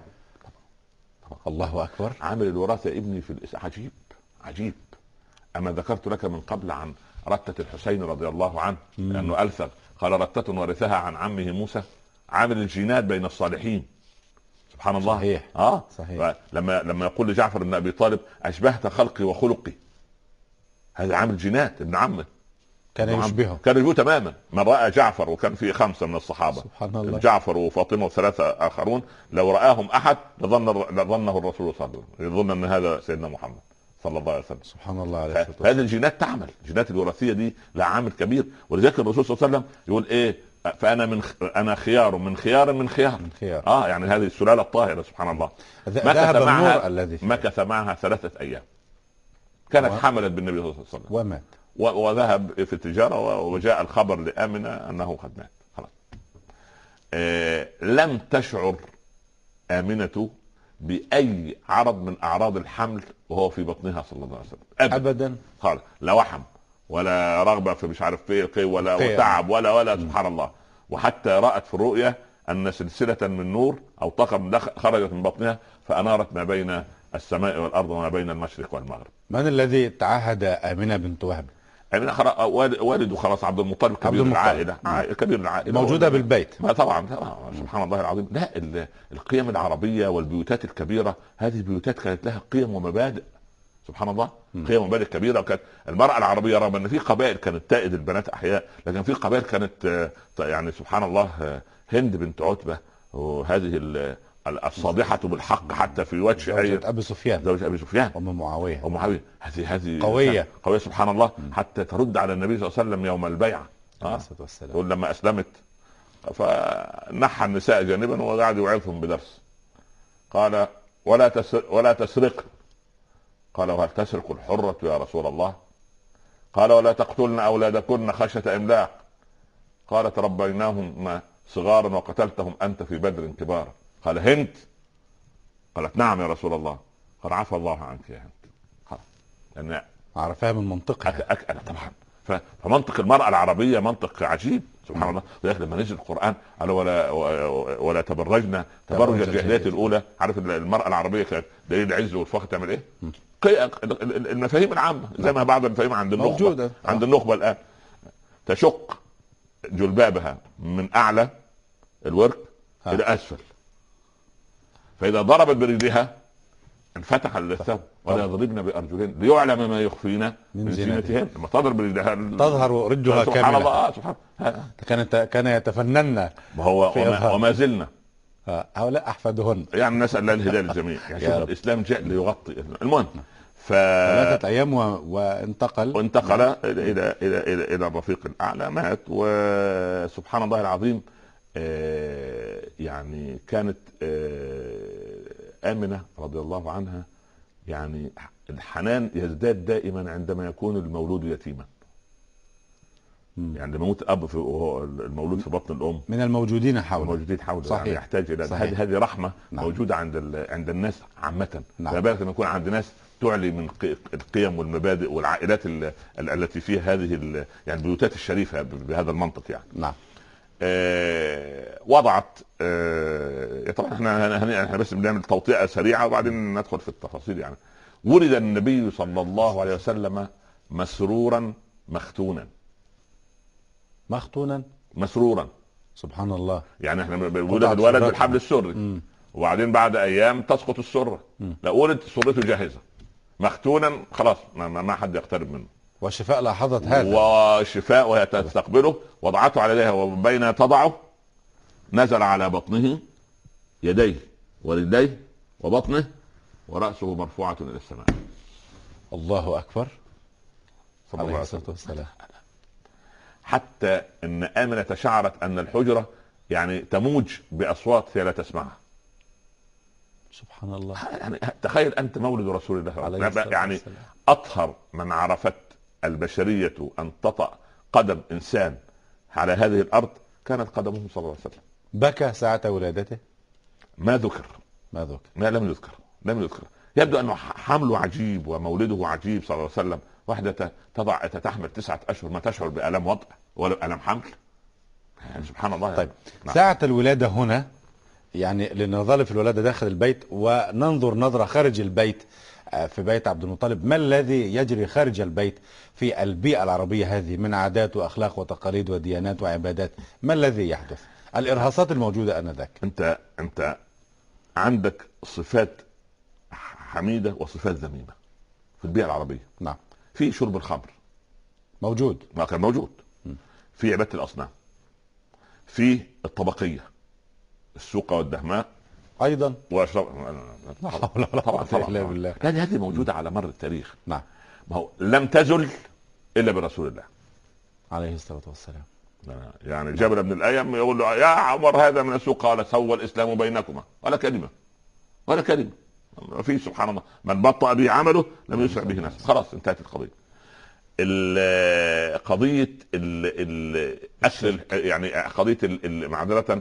الله اكبر. عامل الوراثه ابني في الإس... عجيب عجيب. اما ذكرت لك من قبل عن رتة الحسين رضي الله عنه مم. لانه الثغ قال رتة ورثها عن عمه موسى. عامل الجينات بين الصالحين سبحان الله. صحيح. اه صحيح. لما لما يقول لجعفر بن ابي طالب اشبهت خلقي وخلقي، هذا عامل جينات ابن عمه كان يشبهه كان يشبهه تماما. من راى جعفر وكان في خمسه من الصحابه سبحان الله. جعفر وفاطمه وثلاثه اخرون لو راهم احد لظن لظنه الرسول صلى الله عليه وسلم، يظن ان هذا سيدنا محمد صلى الله عليه وسلم. سبحان الله عليه الصلاه والسلام. هذه الجينات تعمل، الجينات الوراثيه دي لها عامل كبير. ولذلك الرسول صلى الله عليه وسلم يقول ايه؟ فانا من خ... انا خيار من خيار من خيار من خيار. اه يعني هذه السلاله الطاهره سبحان الله. ذهب النور الذي مكث معها ثلاثه ايام. كانت و... حملت بالنبي صلى الله عليه وسلم ومات و... وذهب في التجاره وجاء الخبر لآمنة انه قد مات. خلاص. آه... لم تشعر آمنة باي عرض من اعراض الحمل وهو في بطنها صلى الله عليه وسلم ابدا, أبداً. خالص. لا وحم ولا رغبه في مش عارف فيه ولا وتعب ولا ولا سبحان الله. وحتى رأت في الرؤيا ان سلسله من نور او طاقه خرجت من بطنها فانارت ما بين السماء والارض وما بين المشرق والمغرب. من الذي تعهد آمنة بنت وهب؟ آمنة والده خلاص عبد المطلب كبير العائله كبير العائله موجوده بالبيت. ما طبعا طبعا سبحان الله العظيم. لا القيم العربيه والبيوتات الكبيره هذه البيوتات كانت لها قيم ومبادئ سبحان الله. م. قيم ومبادئ كبيره. وكانت المراه العربيه رغم ان في قبائل كانت تائد البنات احياء لكن في قبائل كانت يعني سبحان الله. هند بنت عتبه وهذه الصادحه بالحق حتى في وجه زوجة ابي سفيان زوجة ابي سفيان ام معاويه ام معاويه هذه هذه قويه قويه سبحان الله. حتى ترد على النبي صلى الله عليه وسلم يوم البيعه آه. يقول لما اسلمت فنحى النساء جانبا وقعد يوعظهم بدرس. قال ولا تسرق ولا تسرق. قال وهل تسرق الحرة يا رسول الله؟ قال ولا تقتلن اولادكن خشية املاق. قالت ربيناهم صغارا وقتلتهم انت في بدر كبارا. قال هند؟ قالت نعم يا رسول الله. قال عفى الله عنك يا هند. لان عرفها من منطقها. أك... أك... أك... طبعا. فمنطق المرأة العربية منطق عجيب سبحان الله. لما نزل القرآن قال ولا ولا تبرجنا تبرج الجاهلية الأولى. عارف المرأة العربية كانت دليل العز والفخر تعمل إيه؟ المفاهيم العامة زي ما بعض المفاهيم عند النخبة موجودة. عند النخبة الآن تشق جلبابها من أعلى الورك ها. إلى أسفل، فإذا ضربت برجلها انفتح الثوب ولا يضربن بأرجلهن ليعلم ما يخفين من زينتهن. لما تضرب رجلها تظهر رجلها كاملة. سبحان الله. سبحان الله. كانت كان يتفنن وهو وما, وما زلنا هؤلاء أحفادهن. يعني نسأل الله الهداية للجميع. يعني الإسلام جاء ليغطي. المهم ف ثلاثة أيام و... وانتقل وانتقل إلى إلى إلى إلى إلى الرفيق الأعلى مات. وسبحان الله العظيم آه يعني كانت آه آمنة رضي الله عنها يعني الحنان يزداد دائما عندما يكون المولود يتيما. يعني لما يموت اب في المولود في بطن الام من الموجودين حوله الموجودين حوله يعني يحتاج الى هذه هذه رحمه نعم. موجوده عند عند الناس عامه. نعم. بالك ان يكون عند ناس تعلي من القيم والمبادئ والعائلات التي فيها هذه يعني البيوتات الشريفه بهذا المنطق يعني. نعم. آه وضعت آه طبعا احنا احنا بس بنعمل توطئه سريعه وبعدين ندخل في التفاصيل. يعني ولد النبي صلى الله عليه وسلم مسرورا مختونا. مختونا مسرورا سبحان الله. يعني احنا ولد الولد بالحبل السري وبعدين بعد ايام تسقط السره. لا ولد سرته جاهزه مختونا خلاص ما, ما حد يقترب منه. والشفاء لاحظت هذا وشفاء وهي تستقبله وضعته على يديها وبين تضعه نزل على بطنه يديه ورجليه وبطنه ورأسه مرفوعة إلى السماء. الله أكبر صلى الله عليه وسلم. حتى ان آمنة شعرت ان الحجرة يعني تموج باصوات هي لا تسمعها. سبحان الله. يعني تخيل انت مولد رسول الله يعني اطهر من عرفت البشرية ان تطأ قدم انسان على هذه الارض كانت قدمه صلى الله عليه وسلم. بكى ساعة ولادته؟ ما ذكر ما ذكر ما لم يذكر لم يذكر. يبدو انه حمله عجيب ومولده عجيب صلى الله عليه وسلم. واحدة تضع تحمل تسعة اشهر ما تشعر بألم وضع ولا ألم حمل. يعني سبحان الله. طيب نعم. ساعة الولادة هنا يعني لنظل في الولادة داخل البيت وننظر نظرة خارج البيت في بيت عبد المطلب. ما الذي يجري خارج البيت في البيئة العربية هذه من عادات وأخلاق وتقاليد وديانات وعبادات؟ ما الذي يحدث؟ الإرهاصات الموجودة آنذاك. أنت أنت عندك صفات حميدة وصفات ذميمة في البيئة العربية. نعم. في شرب الخمر موجود ما كان موجود. م. في عبادة الأصنام. في الطبقية السوق والدهماء أيضا وأشرب. لا حول ولا قوة إلا بالله. هذه موجودة على مر التاريخ. نعم. ما هو لم تزل إلا برسول الله عليه الصلاة والسلام. يعني جابر بن الأيم يقول له يا عمر هذا من السوق. قال سوى الإسلام بينكما ولا كلمة ولا كلمة. في سبحان الله من بطأ به عمله لم يسرع به نفسه. خلاص انتهت القضية. قضية الأكل يعني قضية معذرة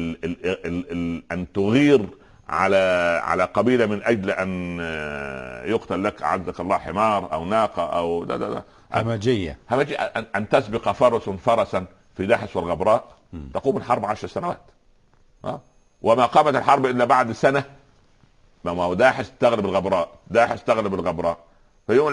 أن تغير على على قبيلة من أجل أن يقتل لك عزك الله حمار أو ناقة أو لا لا لا همجية همجية أن تسبق فرس فرسا في داحس والغبراء. تقوم الحرب عشر سنوات وما قامت الحرب إلا بعد سنة. ما هو داحس تغلب الغبراء داحس تغلب الغبراء. فيوم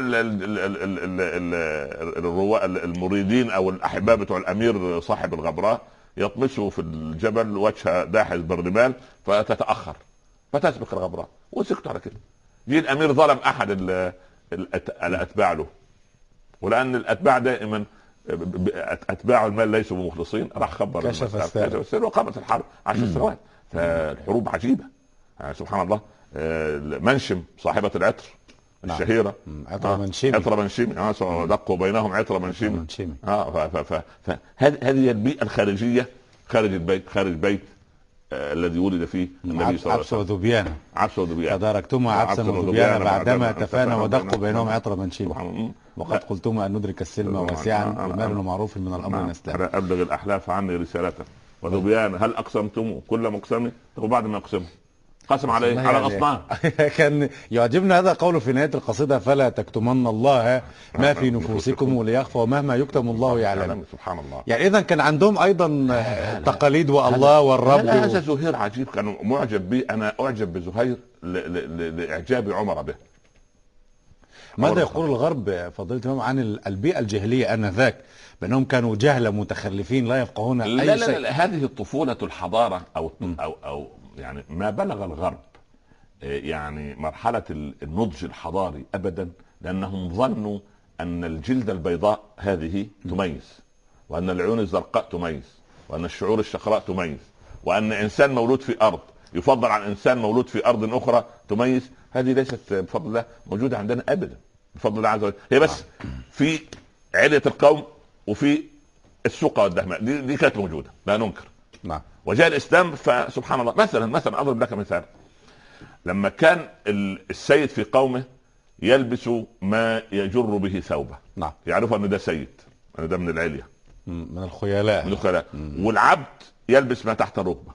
المريدين او الاحباب بتوع الامير صاحب الغبراء يطمسوا في الجبل وجه داحس بالرمال فتتاخر فتسبق الغبراء وسكتوا على كده. جه الامير ظلم احد الاتباع له ولان الاتباع دائما اتباع المال ليسوا بمخلصين راح خبر كشف السر وقامت الحرب عشر سنوات. فالحروب عجيبه يعني سبحان الله. منشم صاحبة العطر نعم. الشهيره عطر منشمي عطر منشمي اه دقوا بينهم عطر منشمي اه فهذه هذه البيئه الخارجيه خارج البيت، خارج بيت آه الذي ولد فيه النبي صلى الله عليه وسلم. عبس وذبيان عبس وذبيان تداركتما عبسا وذبيان بعدما تفانى ودقوا بينهم عطر منشمي وقد قلتما ان ندرك السلم واسعا بمال ومعروف من الامر نسلم. ابلغ الاحلاف عني رسالته وذبيان هل اقسمتم كل مقسم وبعد ما اقسم قسم عليه على الاصنام. كان يعجبنا هذا قوله في نهايه القصيده فلا تكتمن الله ما في نفوسكم ليخفى ومهما يكتم الله يعلم. سبحان الله. يعني اذا كان عندهم ايضا تقاليد والله والرب. هذا زهير عجيب، كان معجب به. انا اعجب بزهير لاعجاب عمر به. ماذا يقول الغرب فضيلة الإمام عن البيئة الجاهلية آنذاك بأنهم كانوا جهلة متخلفين لا يفقهون أي لا شيء؟ لا لا هذه الطفولة الحضارة أو أو أو يعني ما بلغ الغرب يعني مرحلة النضج الحضاري أبدا، لأنهم ظنوا أن الجلد البيضاء هذه تميز، وأن العيون الزرقاء تميز، وأن الشعور الشقراء تميز، وأن إنسان مولود في أرض يفضل عن إنسان مولود في أرض أخرى تميز. هذه ليست بفضل الله موجودة عندنا أبدا بفضل الله عز وجل. هي بس في علية القوم وفي السوق والدهماء، دي, دي كانت موجودة لا ننكر. نعم. وجاء الإسلام فسبحان الله. مثلا مثلا أضرب لك مثال، لما كان السيد في قومه يلبس ما يجر به ثوبه، نعم، يعرف أن ده سيد، أن ده من العلية، من الخيلاء، من الخيلاء. والعبد يلبس ما تحت الركبة.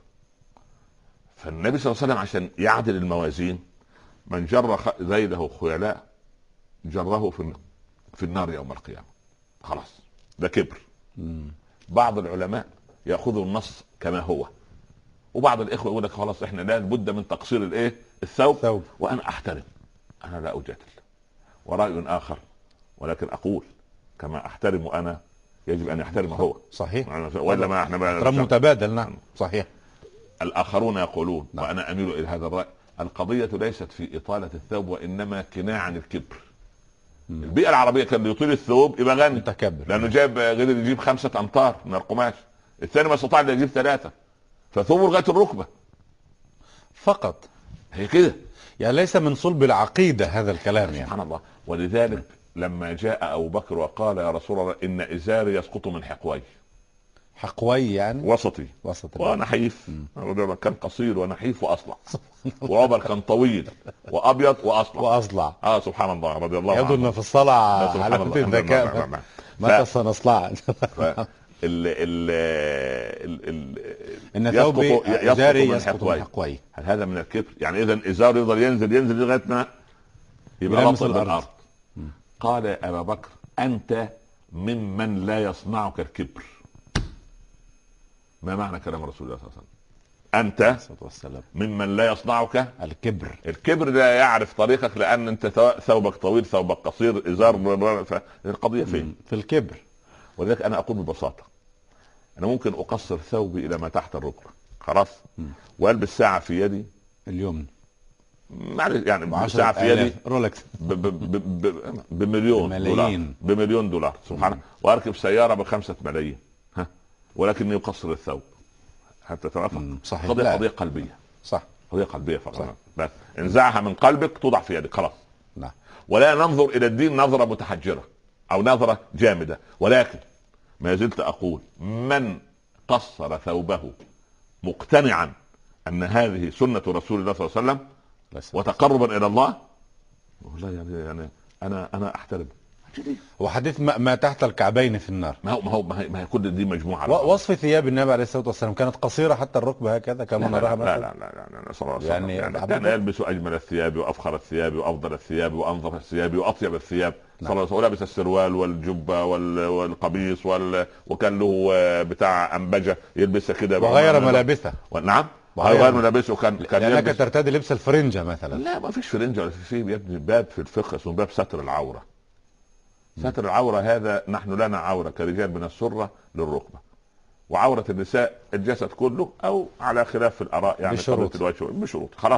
فالنبي صلى الله عليه وسلم عشان يعدل الموازين، من جر ذيله خيلاء جره في في النار يوم القيامة. خلاص ده كبر. مم. بعض العلماء يأخذوا النص كما هو، وبعض الإخوة يقول لك خلاص احنا لا بد من تقصير الايه الثوب ثوب. وأنا أحترم، أنا لا أجادل، ورأي آخر، ولكن أقول كما أحترم أنا يجب أن يحترم هو. صحيح. ولا ما احنا احترام متبادل. نعم صحيح. الآخرون يقولون نعم. وأنا أميل إلى هذا الرأي، القضية ليست في إطالة الثوب وإنما كناية عن الكبر. مم. البيئة العربية كان يطيل الثوب يبقى غني متكبر، لأنه جاب غير يجيب خمسة أمتار من القماش، الثاني ما استطاع إلا يجيب ثلاثة، فثوبه لغاية الركبة فقط. هي كده يعني ليس من صلب العقيدة هذا الكلام يعني. سبحان الله. ولذلك لما جاء أبو بكر وقال يا رسول الله إن إزاري يسقط من حقوي. حقوي يعني وسطي وسط ونحيف، كان قصير ونحيف واصلع، وعمر كان طويل وابيض واصلع واصلع اه سبحان الله رضي الله عنه. يظن في الصلاه على فتره الذكاء متى سنصلع. ال ال ال ان ثوبي ازاري يسقط من حقوي. هل هذا من الكبر؟ يعني اذا ازار يفضل ينزل ينزل لغايه ما يبقى يلمس الارض. قال يا ابا بكر انت ممن لا يصنعك الكبر. ما معنى كلام رسول الله صلى الله عليه وسلم؟ أنت ممن لا يصنعك الكبر. الكبر لا يعرف طريقك، لأن أنت ثوبك طويل ثوبك قصير إزار، فالقضية فين؟ في الكبر. ولذلك أنا أقول ببساطة، أنا ممكن أقصر ثوبي إلى ما تحت الركبة خلاص، وألبس ساعة في يدي اليوم يعني ساعة في يدي رولكس بمليون دولار بمليون دولار سبحان الله، وأركب سيارة بخمسة ملايين ولكني يقصر الثوب حتى توافق. صحيح. قضية قضية قلبية. صح. قضية قلبية فقط. بس انزعها من قلبك توضع في يدك خلاص. نعم. ولا ننظر إلى الدين نظرة متحجرة أو نظرة جامدة، ولكن ما زلت أقول من قصر ثوبه مقتنعا أن هذه سنة رسول الله صلى الله عليه وسلم وتقربا إلى الله، والله يعني, يعني أنا أنا أحترم. وحديث ما, ما تحت الكعبين في النار. ما هو ما هو ما هي كل دي مجموعه. وصف ثياب النبي عليه الصلاه والسلام كانت قصيره حتى الركبه هكذا كما نراها مثلا. لا لا لا لا, لا صلى الله عليه وسلم يعني, يعني كان يلبس اجمل الثياب وافخر الثياب وافضل الثياب وانظف الثياب واطيب الثياب صلى الله عليه وسلم، ولابس السروال والجبه والقميص وال... وكان له بتاع انبجه يلبسها كده وغير ملابسه. نعم غير ملابسه. وكان كان لانك يلبس... ترتدي لبس الفرنجه مثلا. لا ما فيش فرنجه ولا في يا ابني باب في الفقه اسمه باب ستر العوره. ستر العورة هذا نحن لنا عورة كرجال من السرة للركبة، وعورة النساء الجسد كله، أو على خلاف في الآراء يعني بشروط بشروط خلاص.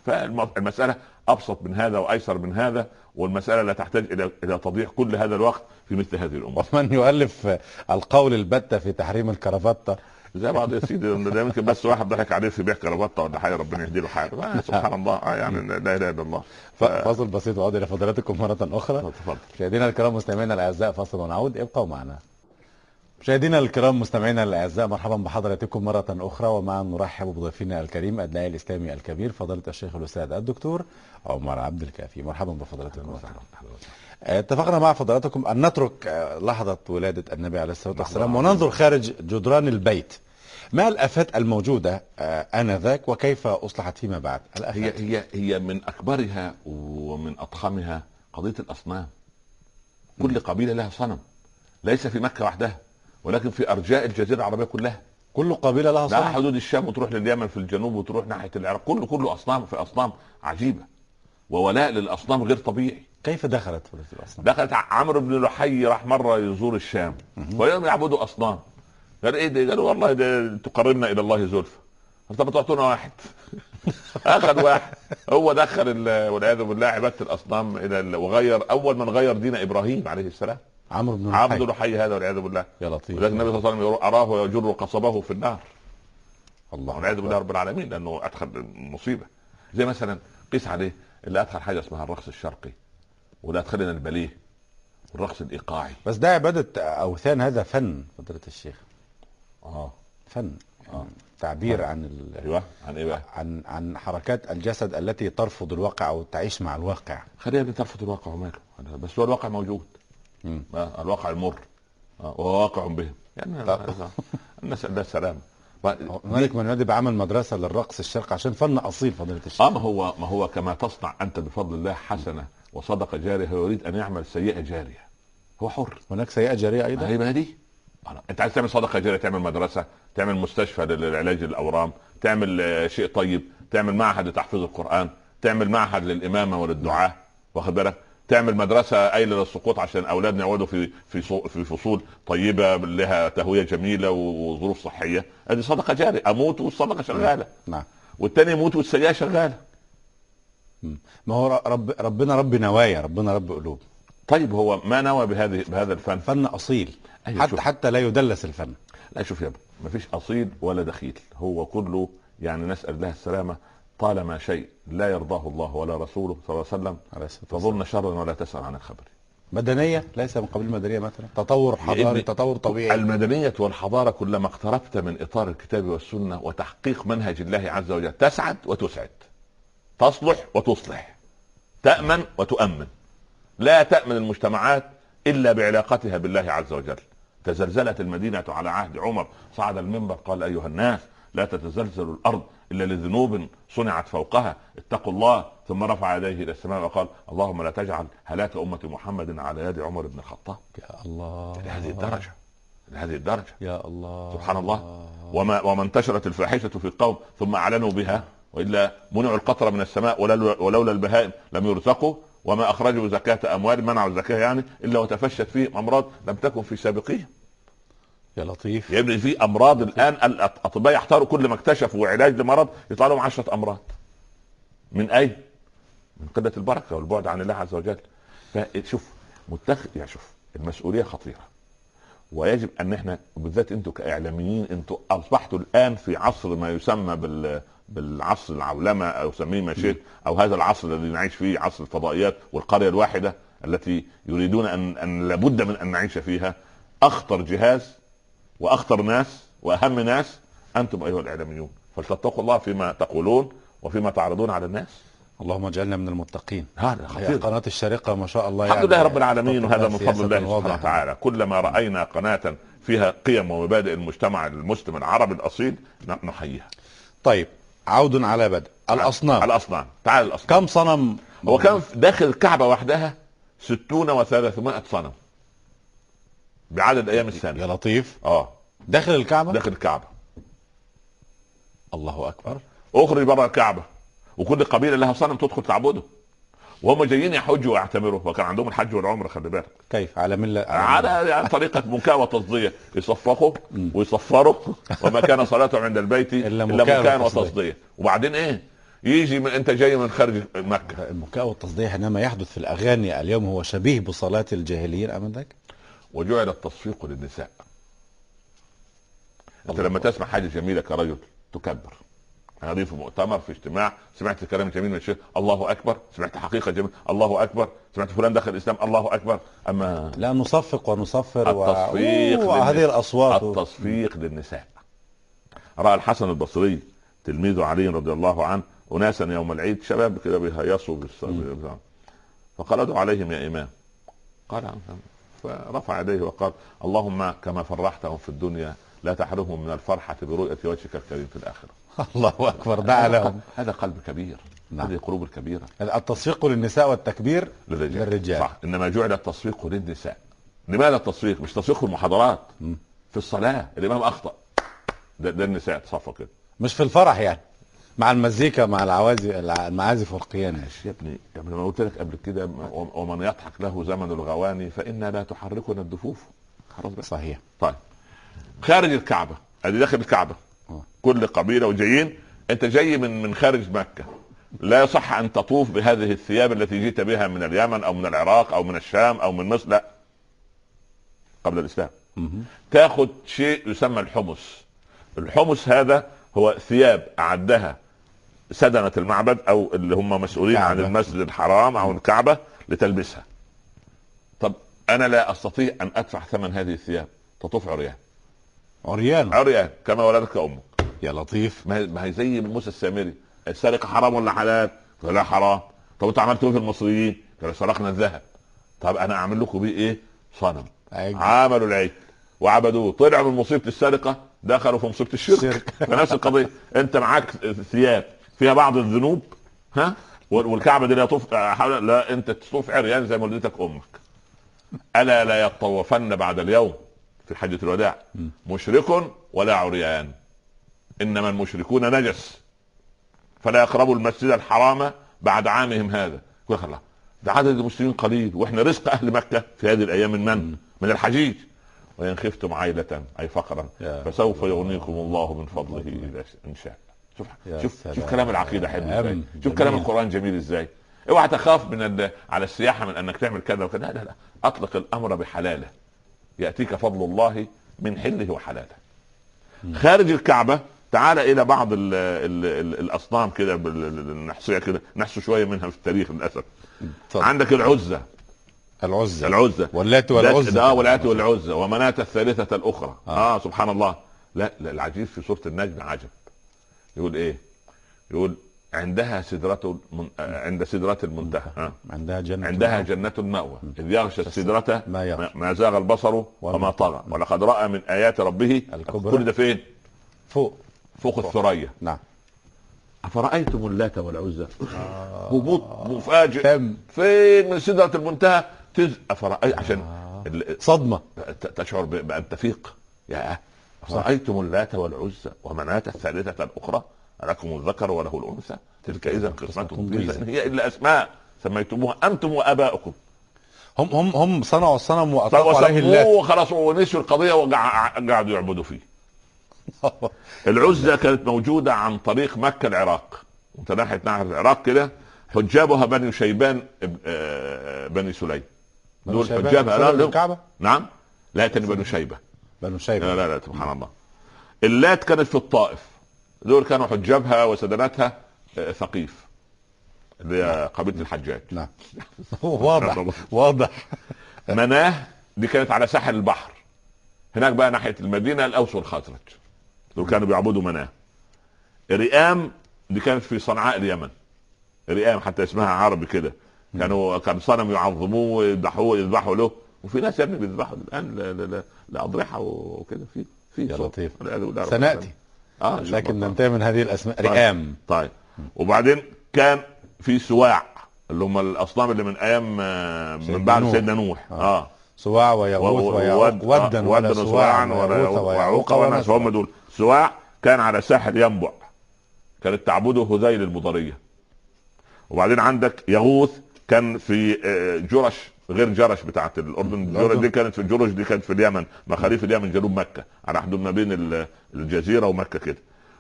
فالمساله ابسط من هذا وايسر من هذا، والمساله لا تحتاج الى الى تضييع كل هذا الوقت في مثل هذه الامور. ومن يؤلف القول البتة في تحريم الكرافتة زي بعض يا سيدي، ده يمكن بس واحد ضحك عليه في بيع كرافتة ولا حاجه، ربنا يهدي له حاله. سبحان الله، يعني لا اله الا الله. فاصل بسيط وعود الى فضلاتكم مره اخرى. تفضل. مشاهدينا الكرام مستمعينا الاعزاء، فاصل ونعود، ابقوا معنا. مشاهدينا الكرام مستمعينا الاعزاء، مرحبا بحضراتكم مره اخرى، ومعا نرحب بضيفنا الكريم الداعي الاسلامي الكبير فضيله الشيخ الاستاذ الدكتور عمر عبد الكافي. مرحبا بفضلاتكم. اتفقنا مع فضلاتكم ان نترك لحظه ولاده النبي عليه الصلاه والسلام وننظر خارج جدران البيت. ما الآفات الموجودة آنذاك وكيف أصلحت فيما بعد؟ هي هي هي من أكبرها ومن أضخمها قضية الأصنام. كل قبيلة لها صنم، ليس في مكة وحدها ولكن في أرجاء الجزيرة العربية كلها. كل قبيلة لها صنم، لا حدود الشام وتروح لليمن في الجنوب وتروح ناحية العراق، كله كله أصنام في أصنام عجيبة، وولاء للأصنام غير طبيعي. كيف دخلت الأصنام؟ دخلت عمرو بن لحي راح مرة يزور الشام ويوم يعبدوا أصنام. قال ايه ده؟ قالوا والله ده تقربنا الى الله زلفى. طب تعطونا واحد. اخذ واحد، هو دخل والعياذ بالله عباده الاصنام الى وغير اول من غير دين ابراهيم عليه السلام، عمرو بن لحي. عمرو بن لحي هذا والعياذ بالله. يا لطيف. ولكن النبي صلى الله عليه وسلم اراه يجر قصبه في النار. الله والعياذ بالله رب العالمين، لانه ادخل مصيبه. زي مثلا قيس عليه اللي ادخل حاجه اسمها الرقص الشرقي، واللي ادخلنا الباليه والرقص الايقاعي. بس ده عباده اوثان، هذا فن فضيله الشيخ. اه فن. آه. تعبير عن ال... ايوه عن ايه بقى؟ عن عن حركات الجسد التي ترفض الواقع او تعيش مع الواقع. خلينا ترفض الواقع وماله، بس هو الواقع موجود. امم الواقع المر آه. وهو واقع بهم، يعني الناس ده السلام. هنالك من ينادي بعمل مدرسه للرقص الشرقي عشان فن اصيل فضيله الشيخ. اه ما هو ما هو كما تصنع انت بفضل الله حسنه وصدقه جاريه، هو يريد ان يعمل سيئه جاريه، هو حر. هناك سيئه جاريه ايضا. هي دي. انت عايز تعمل صدقه جاريه، تعمل مدرسه، تعمل مستشفى للعلاج الاورام، تعمل شيء طيب، تعمل معهد لتحفيظ القران، تعمل معهد للامامه وللدعاء، واخد بالك، تعمل مدرسه قايله للسقوط عشان اولادنا يقعدوا في في في فصول طيبه لها تهويه جميله وظروف صحيه. ادي صدقه جاريه، اموت والصدقه شغاله. نعم. والثاني يموت والسيئه شغاله. ما هو رب ربنا رب نوايا، ربنا رب قلوب. طيب هو ما نوى بهذه بهذا الفن؟ فن اصيل. أيوة حتى شوف. حتى لا يدلس الفن. لا شوف يا ابني، ما فيش اصيل ولا دخيل، هو كله يعني نسال الله السلامه. طالما شيء لا يرضاه الله ولا رسوله صلى الله عليه وسلم فظن شرا ولا تسال عن الخبر. مدنيه ليس من قبيل المدنيه مثلا، تطور حضاري، تطور طبيعي. المدنيه والحضاره كلما اقتربت من اطار الكتاب والسنه وتحقيق منهج الله عز وجل تسعد وتسعد، تصلح وتصلح، تامن وتؤمن. لا تامن المجتمعات الا بعلاقتها بالله عز وجل. تزلزلت المدينه على عهد عمر، صعد المنبر قال ايها الناس لا تتزلزل الارض الا لذنوب صنعت فوقها، اتقوا الله. ثم رفع يديه الى السماء وقال اللهم لا تجعل هلاك امه محمد على يد عمر بن الخطاب. يا الله، لهذه الدرجه، لهذه الدرجه. يا الله سبحان الله. وما وما انتشرت الفاحشه في القوم ثم اعلنوا بها، والا منعوا القطر من السماء ولولا البهائم لم يرزقوا، وما اخرجوا زكاه اموال، منعوا الزكاه يعني، الا وتفشت فيه امراض لم تكن في سابقهم. يا لطيف. يا ابني في امراض الان الاطباء يحتاروا، كل ما اكتشفوا علاج لمرض يطلع لهم عشرة امراض. من اي؟ من قله البركه والبعد عن الله عز وجل. فشوف متخذ يعني، شوف المسؤوليه خطيره، ويجب ان احنا بالذات انتوا كاعلاميين انتوا اصبحتوا الان في عصر ما يسمى بال بالعصر العولمه او سميه ما شئت، او هذا العصر الذي نعيش فيه عصر الفضائيات والقريه الواحده التي يريدون ان ان لابد من ان نعيش فيها. اخطر جهاز واخطر ناس واهم ناس انتم ايها الاعلاميون، فلتتقوا الله فيما تقولون وفيما تعرضون على الناس. اللهم اجعلنا من المتقين. هذا خطير. قناة الشرقة ما شاء الله الحمد يعني لله رب العالمين، وهذا من فضل الله سبحانه واضح. وتعالى. كلما راينا قناه فيها قيم ومبادئ المجتمع المسلم العربي الاصيل نحييها. طيب عود على بدء الاصنام. الاصنام، تعال الاصنام. كم صنم؟ هو كان داخل الكعبه وحدها ستون وثلاثمائة صنم بعدد ايام السنه. يا لطيف. اه داخل الكعبه. داخل الكعبه. الله اكبر. اخرج بره الكعبه، وكل قبيله لها صنم تدخل تعبده، وهم جايين يحجوا ويعتمروا، وكان عندهم الحج والعمره. خلي بالك كيف على مله على يعني طريقه مكاء وتصديه، يصفقوا ويصفروا، وما كان صلاتهم عند البيت الا مكاء وتصديه. وبعدين ايه؟ يجي من انت جاي من خارج مكه. البكاء والتصديع حينما يحدث في الاغاني اليوم هو شبيه بصلاه الجاهليين امامك. وجعل التصفيق للنساء. انت لما تسمع حاجه جميله كرجل تكبر. انا في مؤتمر في اجتماع سمعت كلام جميل من الشيخ الله اكبر، سمعت حقيقه جميله الله اكبر، سمعت فلان دخل الاسلام الله اكبر. اما لا نصفق ونصفر التصفيق و... وهذه الاصوات التصفيق للنساء. راى الحسن البصري تلميذ علي رضي الله عنه اناسا يوم العيد شباب كده بيهيصوا بالصلاه، فقال ادعو عليهم يا امام. قال فرفع يديه وقال اللهم كما فرحتهم في الدنيا لا تحرمهم من الفرحه برؤيه وجهك الكريم في الاخره. الله اكبر، دعا لهم. هذا قلب كبير. نعم. هذه قلوب الكبيره. التصفيق للنساء والتكبير للرجال, للرجال. صح. انما جعل التصفيق للنساء. لماذا التصفيق؟ مش تصفيق في المحاضرات، م. في الصلاه الامام اخطا ده, ده النساء تصفق كده، مش في الفرح يعني مع المزيكا مع العوازف المعازف والقيان. يا ابني يا ابني ما قلت لك قبل كده ومن يضحك له زمن الغواني فإنا لا تحركنا الدفوف. صحيح. طيب خارج الكعبه، ادي داخل الكعبه أوه. كل قبيله وجايين، انت جاي من من خارج مكه، لا يصح ان تطوف بهذه الثياب التي جئت بها من اليمن او من العراق او من الشام او من مصر، لا قبل الاسلام. م- تاخذ شيء يسمى الحمص. الحمص هذا هو ثياب اعدها سدنة المعبد او اللي هم مسؤولين عن المسجد الحرام او الكعبة لتلبسها. طب انا لا استطيع ان ادفع ثمن هذه الثياب، تطوف عريان. عريان عريان كما ولدك امك. يا لطيف. ما هي زي موسى السامري، السرقة حرام ولا حلال؟ لا حرام. طب انتوا عملتوا في المصريين؟ قالوا سرقنا الذهب. طب انا اعمل لكم بيه ايه؟ صنم. عجل. عملوا العجل وعبدوه، طلعوا من مصيبة السرقة دخلوا في مصيبة الشرك. فنفس القضية، انت معاك ثياب فيها بعض الذنوب ها، والكعبة دي لا يطوف حول، لا انت تطوف عريان زي ما ولدتك امك. الا لا يطوفن بعد اليوم في حجة الوداع مشرك ولا عريان، انما المشركون نجس فلا يقربوا المسجد الحرام بعد عامهم هذا. الله، ده عدد المسلمين قليل واحنا رزق اهل مكة في هذه الايام من من من الحجيج. وإن خفتم عيلة أي فقرا فسوف يغنيكم الله من فضله إذا إن شاء. شوف شوف, شوف كلام العقيدة حلو ازاي، شوف كلام القرآن جميل ازاي. اوعى تخاف من على السياحة من انك تعمل كذا وكذا، لا لا، اطلق الامر بحلاله يأتيك فضل الله من حله وحلاله. خارج الكعبة تعال الى بعض ال ال ال الاصنام كده نحصيها كده، نحسوا شوية منها في التاريخ للأسف. عندك العزة العزة العزة واللات والعزة اه واللات والعزة ومناة الثالثة الأخرى. آه. اه سبحان الله. لا, لا العجيب في سورة النجم عجب، يقول ايه؟ يقول عندها سدرة من... عند سدرة المنتهى، آه. عندها جنة عندها جنة المأوى إذ يغشى السدرة ما, ما زاغ البصر وما طغى ولقد رأى من آيات ربه الكبرى. كل ده فين؟ فوق فوق الثريا. نعم. أفرأيتم اللات والعزى؟ هبوط آه. مفاجئ فم. فين من سدرة المنتهى تز أفرأي عشان آه. صدمة تشعر بأن تفيق. يا أفرأيتم اللات والعزى ومناة الثالثة الأخرى لكم الذكر وله الأنثى تلك إذا قسمة ضيزى إن هي إلا أسماء سميتموها أنتم وآباؤكم. هم هم هم صنعوا الصنم وأطلقوا عليه اللات وخلاص ونسوا القضية وقعدوا يعبدوا فيه. العزة كانت موجودة عن طريق مكة العراق، وانت ناحية نهر العراق كده حجابها بني شيبان بني سليم. دول حجابها الكعبة؟ نعم لا كان بنو شيبة بنو شيبة لا لا لا سبحان الله. اللات كانت في الطائف، دول كانوا حجابها وسدناتها ثقيف اللي هي قبيلة الحجاج. نعم واضح واضح. مناه دي كانت على ساحل البحر، هناك بقى ناحية المدينة الأوس والخزرج، دول كانوا بيعبدوا مناه. رئام دي كانت في صنعاء اليمن، رئام حتى اسمها عربي كده، كانوا كان صنم يعظموه ويذبحوه يذبحوا له، وفي ناس يا ابني بيذبحوا الآن لأضرحة وكده. في في يا لطيف لا سنأتي آه لكن ننتهي من هذه الأسماء. طيب. رئام طيب وبعدين كان في سواع اللي هم الأصنام اللي من أيام من بعد سيدنا نوح. اه, آه. سواع ويغوث ويعوق ودا ولا سواعا ويعوق وناس، هم دول. سواع كان على ساحل ينبع، كانت تعبده هذيل المضرية. وبعدين عندك يغوث كان في جرش غير جرش بتاعت الأردن، جرش دي كانت في جرش دي كانت في اليمن، مخاريف اليمن جنوب مكة على حدود ما بين الجزيرة ومكة كده.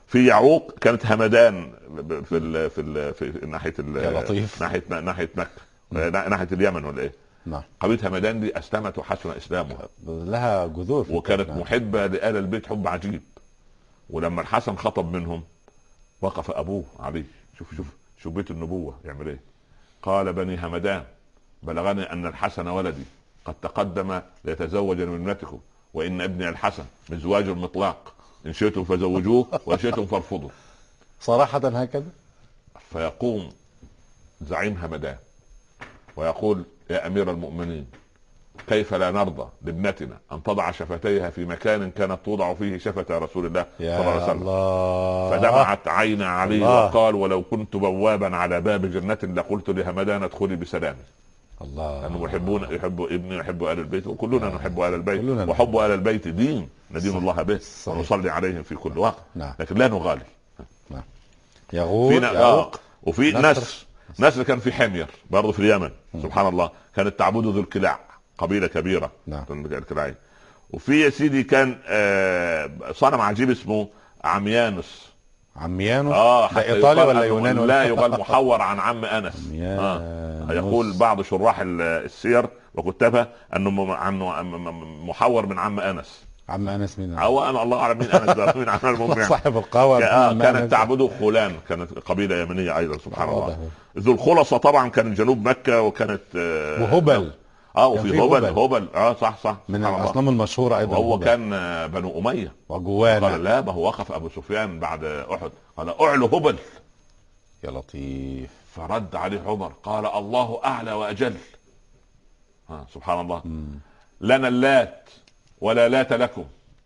في يعوق كانت همدان في ال في ال في ناحيه ناحيه ناحيه مكه، ناحيه اليمن ولا ايه؟ نعم. قبيله همدان دي اسلمت وحسن اسلامها، لها جذور، وكانت محبه لآل البيت حب عجيب. ولما الحسن خطب منهم وقف ابوه علي، شوف شوف شوف بيت النبوه يعمل ايه. قال: بني همدان، بلغني ان الحسن ولدي قد تقدم ليتزوج من ابنتكم، وان ابني الحسن مزواج المطلاق، ان شئتم فزوجوه وان شئتم فارفضوا. صراحه هكذا. فيقوم زعيم همدان ويقول: يا امير المؤمنين، كيف لا نرضى لابنتنا ان تضع شفتيها في مكان كانت توضع فيه شفة رسول الله صلى الله عليه وسلم. الله. فدمعت عين علي وقال: ولو كنت بوابا على باب جنة لقلت لهمدان ادخلي بسلام. الله. لانه يحبون يحب ابني يحب آل البيت، وكلنا نحب آل البيت، وحب آل البيت دين ندين الله به ونصلي عليهم في كل وقت. نعم. لكن لا نغالي. نعم. يغوط يعوق. وفي نسر نسر كان في حمير برضه في اليمن. م. سبحان الله، كانت تعبد ذو الكلاع، قبيله كبيره. نعم. الكلاعي. وفي يا سيدي كان آه صنم عجيب اسمه عميانوس. عميانوس اه ده ايطالي ولا يوناني؟ لا، يقال محور عن عم انس. آه. يقول بعض شراح السير وكتابها انه عنه محور من عم انس. عم انس مين؟ هو انا الله اعلم مين انس مين عم المهم يعني. صاحب القهوه. آه كانت تعبده خولان، كانت قبيله يمنيه ايضا. سبحان الله. ذو الخلصه طبعا كان جنوب مكه، وكانت آه وهبل. اه وفي هبل هبل اه صح صح من الاصنام المشهوره ايضا. وهو كان بنو اميه وجوانا. قال لا، ما هو وقف ابو سفيان بعد احد قال: اعلو هبل. يا لطيف. فرد عليه عمر قال: الله اعلى واجل. ها سبحان الله. م. لنا اللات ولا لات لكم.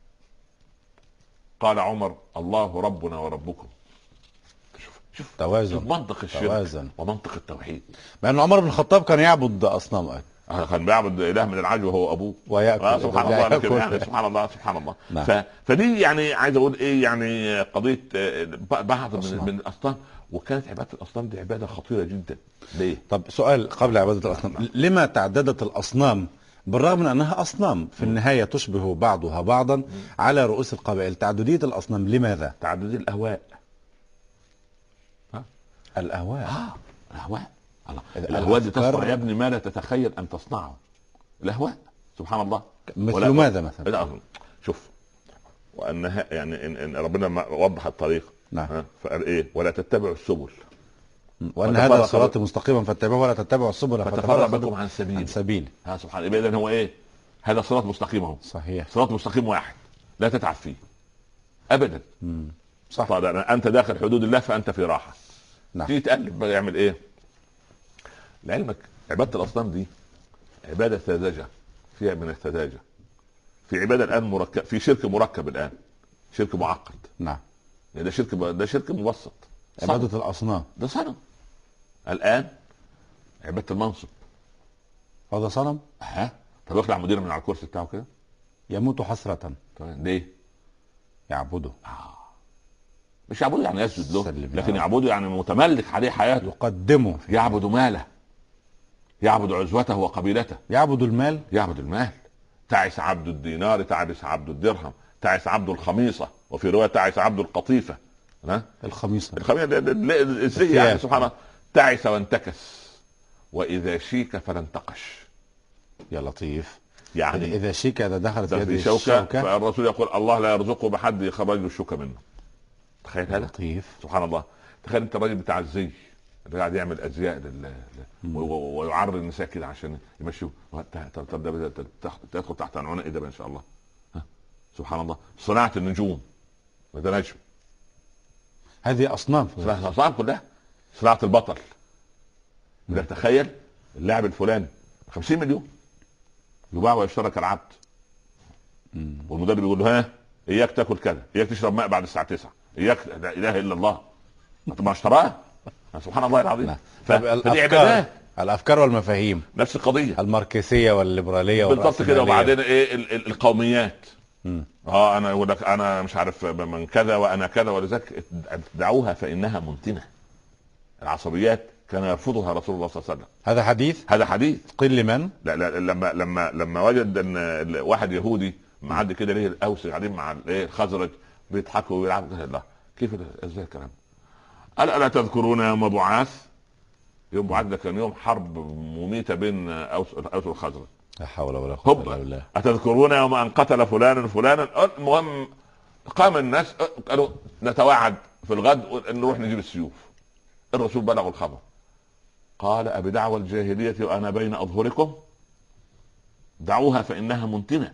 قال عمر: الله ربنا وربكم. شوف شوف توازن. شوف منطق الشرك توازن. ومنطق التوحيد. مع ان عمر بن الخطاب كان يعبد اصنام أيضا. كان بيعبد اله من العجل وهو ابوه ويأكل. آه سبحان الله. لكن يعني سبحان الله سبحان الله. نعم. ف... فدي يعني عايز اقول ايه، يعني قضيه بعض من, من الاصنام. وكانت عباده الاصنام دي عباده خطيره جدا. ليه؟ طب سؤال قبل عباده الاصنام. نعم. لما تعددت الاصنام بالرغم من انها اصنام في النهايه تشبه بعضها بعضا م. على رؤوس القبائل؟ تعدديه الاصنام لماذا؟ تعدديه الاهواء. ها؟ الاهواء. اه الاهواء. الاهواء دي تصنع يا ابني ما لا تتخيل ان تصنعه. الاهواء سبحان الله. مثل ماذا مثلا؟ شوف، وانها يعني إن, ان ربنا وضح الطريق. نعم. فقال ايه؟ ولا تتبعوا السبل، وان هذا صراط مستقيما فاتبعوه ولا تتبعوا السبل فتفرق بكم عن سبيل عن سبيل ها سبحان الله. اذا هو ايه؟ هذا صراط مستقيم اهو. صحيح. صراط مستقيم واحد لا تتعب فيه ابدا. مم. صح. طبعا انت داخل حدود الله فانت في راحه. نعم. تيجي تقلب بقى يعمل ايه؟ لعلمك عباده الاصنام دي عباده ساذجه، فيها من السذاجه. في عباده الان مركب، في شرك مركب الان، شرك معقد. نعم. ده شرك ده شرك مبسط. عباده الاصنام ده صنم. الان عباده المنصب هذا صنم. ها طب يطلع مدير من على الكرسي بتاعه كده يموت حسره. طيب ليه؟ يعبده. آه. مش يعبده يعني يسجد له، لكن يعبده يعني متملك عليه حياته، يقدمه. يعبد ماله، يعبد عزوته وقبيلته، يعبد المال. يعبد المال. تعس عبد الدينار، تعس عبد الدرهم، تعس عبد الخميصه، وفي روايه تعس عبد القطيفه. ها الخميصه الخميصه ازاي يعني سبحان الله. تعس وانتكس، واذا شيك فلانتقش. يا لطيف. يعني اذا شيك اذا دخلت في يده شوكه فالرسول يقول الله لا يرزقه بحد يخرج له الشوكه منه. تخيل هذا لطيف. سبحان الله. تخيل انت الراجل بتاع الزي اللي قاعد يعمل ازياء لل ويعرض النساء كده عشان يمشوا. طب ده تدخل تحت عنوان ايه ده ان شاء الله. ها سبحان الله. صناعه النجوم، ده نجم. هذه اصنام اصنام كلها. صناعه البطل. بدك تخيل اللاعب الفلاني خمسين مليون يباع ويشترك العبد، والمدرب يقول له ها اياك تاكل كذا، اياك تشرب ماء بعد الساعه تسعة، اياك لا اله الا الله. انت ما اشتراه. سبحان الله العظيم. فدي عبادات. الافكار والمفاهيم نفس القضيه، الماركسيه والليبراليه بالضبط كده. وبعدين ايه القوميات. مم. اه انا اقول لك انا مش عارف من كذا وانا كذا، ولذلك دعوها فانها منتنه. العصبيات كان يرفضها رسول الله صلى الله عليه وسلم. هذا حديث هذا حديث قيل لمن؟ لا لا لما لما لما وجد ان واحد يهودي معدي كده ليه الاوس قاعدين مع الايه الخزرج بيضحكوا ويلعبوا. لا كيف ازاي الكلام؟ قال الا تذكرون يوم بعاث؟ يوم بعاث ده كان يوم حرب مميته بين اوس اوس والخزرج. لا حول ولا قوه الا بالله. اتذكرون يوم ان قتل فلان فلانا؟ المهم قام الناس قالوا نتوعد في الغد ان نروح نجيب السيوف. الرسول بلغوا الخبر، قال أبدعوى الجاهلية وأنا بين أظهركم؟ دعوها فإنها منتنة.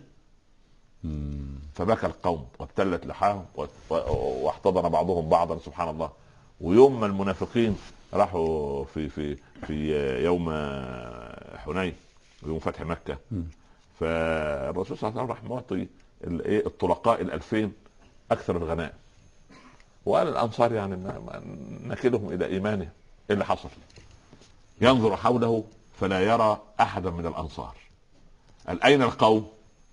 فبكى القوم وابتلت لحاهم واحتضن بعضهم بعضا. سبحان الله. ويوم ما المنافقين راحوا في في في يوم حنين، يوم فتح مكة، فالرسول صلى الله عليه وسلم راح معطي الطلقاء الألفين أكثر الغنائم، وقال الأنصار يعني نكلهم إلى إيمانه. إيه اللي حصل؟ ينظر حوله فلا يرى أحدا من الأنصار. قال أين القوم؟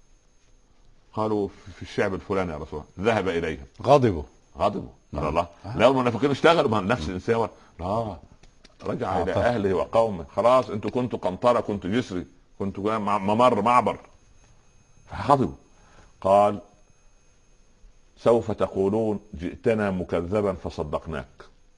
قالوا في الشعب الفلاني يا رسول الله. ذهب إليهم. غضبوا غضبوا قال الله لا المنافقين اشتغلوا مع نفس الانسان. لا رجع إلى أهله وقومه. خلاص أنتوا كنتوا قنطرة، كنتوا جسري، كنتوا ممر معبر. فغضبوا. قال سوف تقولون جئتنا مكذبا فصدقناك،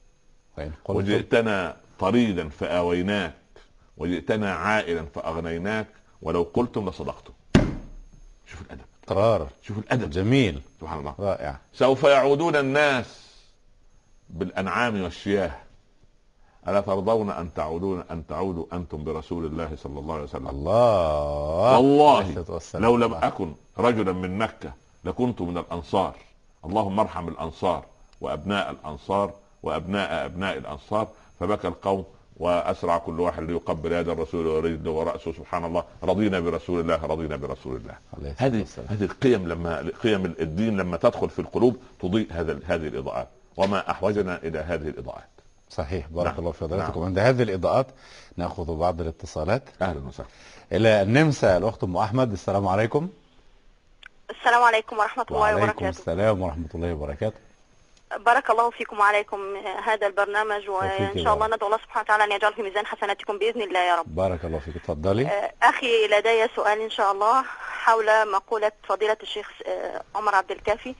وجئتنا طريدا فآويناك، وجئتنا عائلا فأغنيناك، ولو قلتم لصدقتم. شوف الأدب، قرار، شوف الأدب جميل، سبحان الله، رائع. سوف يعودون الناس بالأنعام والشياه، ألا ترضون أن تعودون أن تعودوا أنتم برسول الله صلى الله عليه وسلم؟ الله والله لو لم أكن رجلا من مكة لكنت من الأنصار. اللهم ارحم الأنصار وأبناء الأنصار وأبناء أبناء الأنصار. فبكى القوم وأسرع كل واحد ليقبل يد الرسول ورجله ورأسه. سبحان الله. رضينا برسول الله، رضينا برسول الله. هذه هذه القيم، لما قيم الدين لما تدخل في القلوب تضيء هذا هذه الإضاءات، وما أحوجنا إلى هذه الإضاءات. صحيح. بارك نعم. الله في حضراتكم. نعم. عند هذه الإضاءات نأخذ بعض الاتصالات. أهلا وسهلا. إلى النمسا الأخت أم أحمد. السلام عليكم. السلام عليكم ورحمة الله وبركاته. وعليكم السلام ورحمة الله وبركاته. بارك الله فيكم وعليكم هذا البرنامج، وإن شاء الله ندعو الله سبحانه وتعالى أن يجعل في ميزان حسناتكم بإذن الله يا رب. بارك الله فيك. اتفضلي. أخي لدي سؤال إن شاء الله حول مقولة فضيلة الشيخ عمر عبد الكافي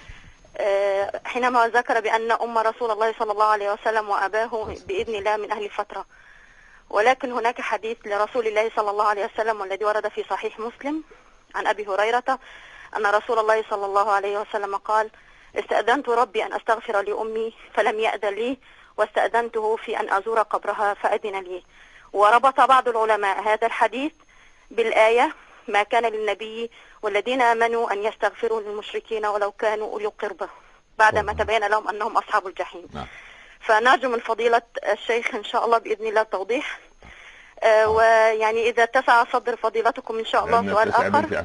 حينما ذكر بأن أم رسول الله صلى الله عليه وسلم وأباه بإذن الله من أهل الفترة، ولكن هناك حديث لرسول الله صلى الله عليه وسلم والذي ورد في صحيح مسلم عن أبي هريرة أن رسول الله صلى الله عليه وسلم قال: استأذنت ربي أن أستغفر لأمي فلم يأذن لي، واستأذنته في أن أزور قبرها فأذن لي. وربط بعض العلماء هذا الحديث بالآية: ما كان للنبي والذين آمنوا أن يستغفروا للمشركين ولو كانوا أولي قربى بعدما تبين لهم أنهم أصحاب الجحيم. فنرجو من فضيلة الشيخ إن شاء الله بإذن الله التوضيح. آه ويعني إذا اتسع صدر فضيلتكم إن شاء الله سؤال آخر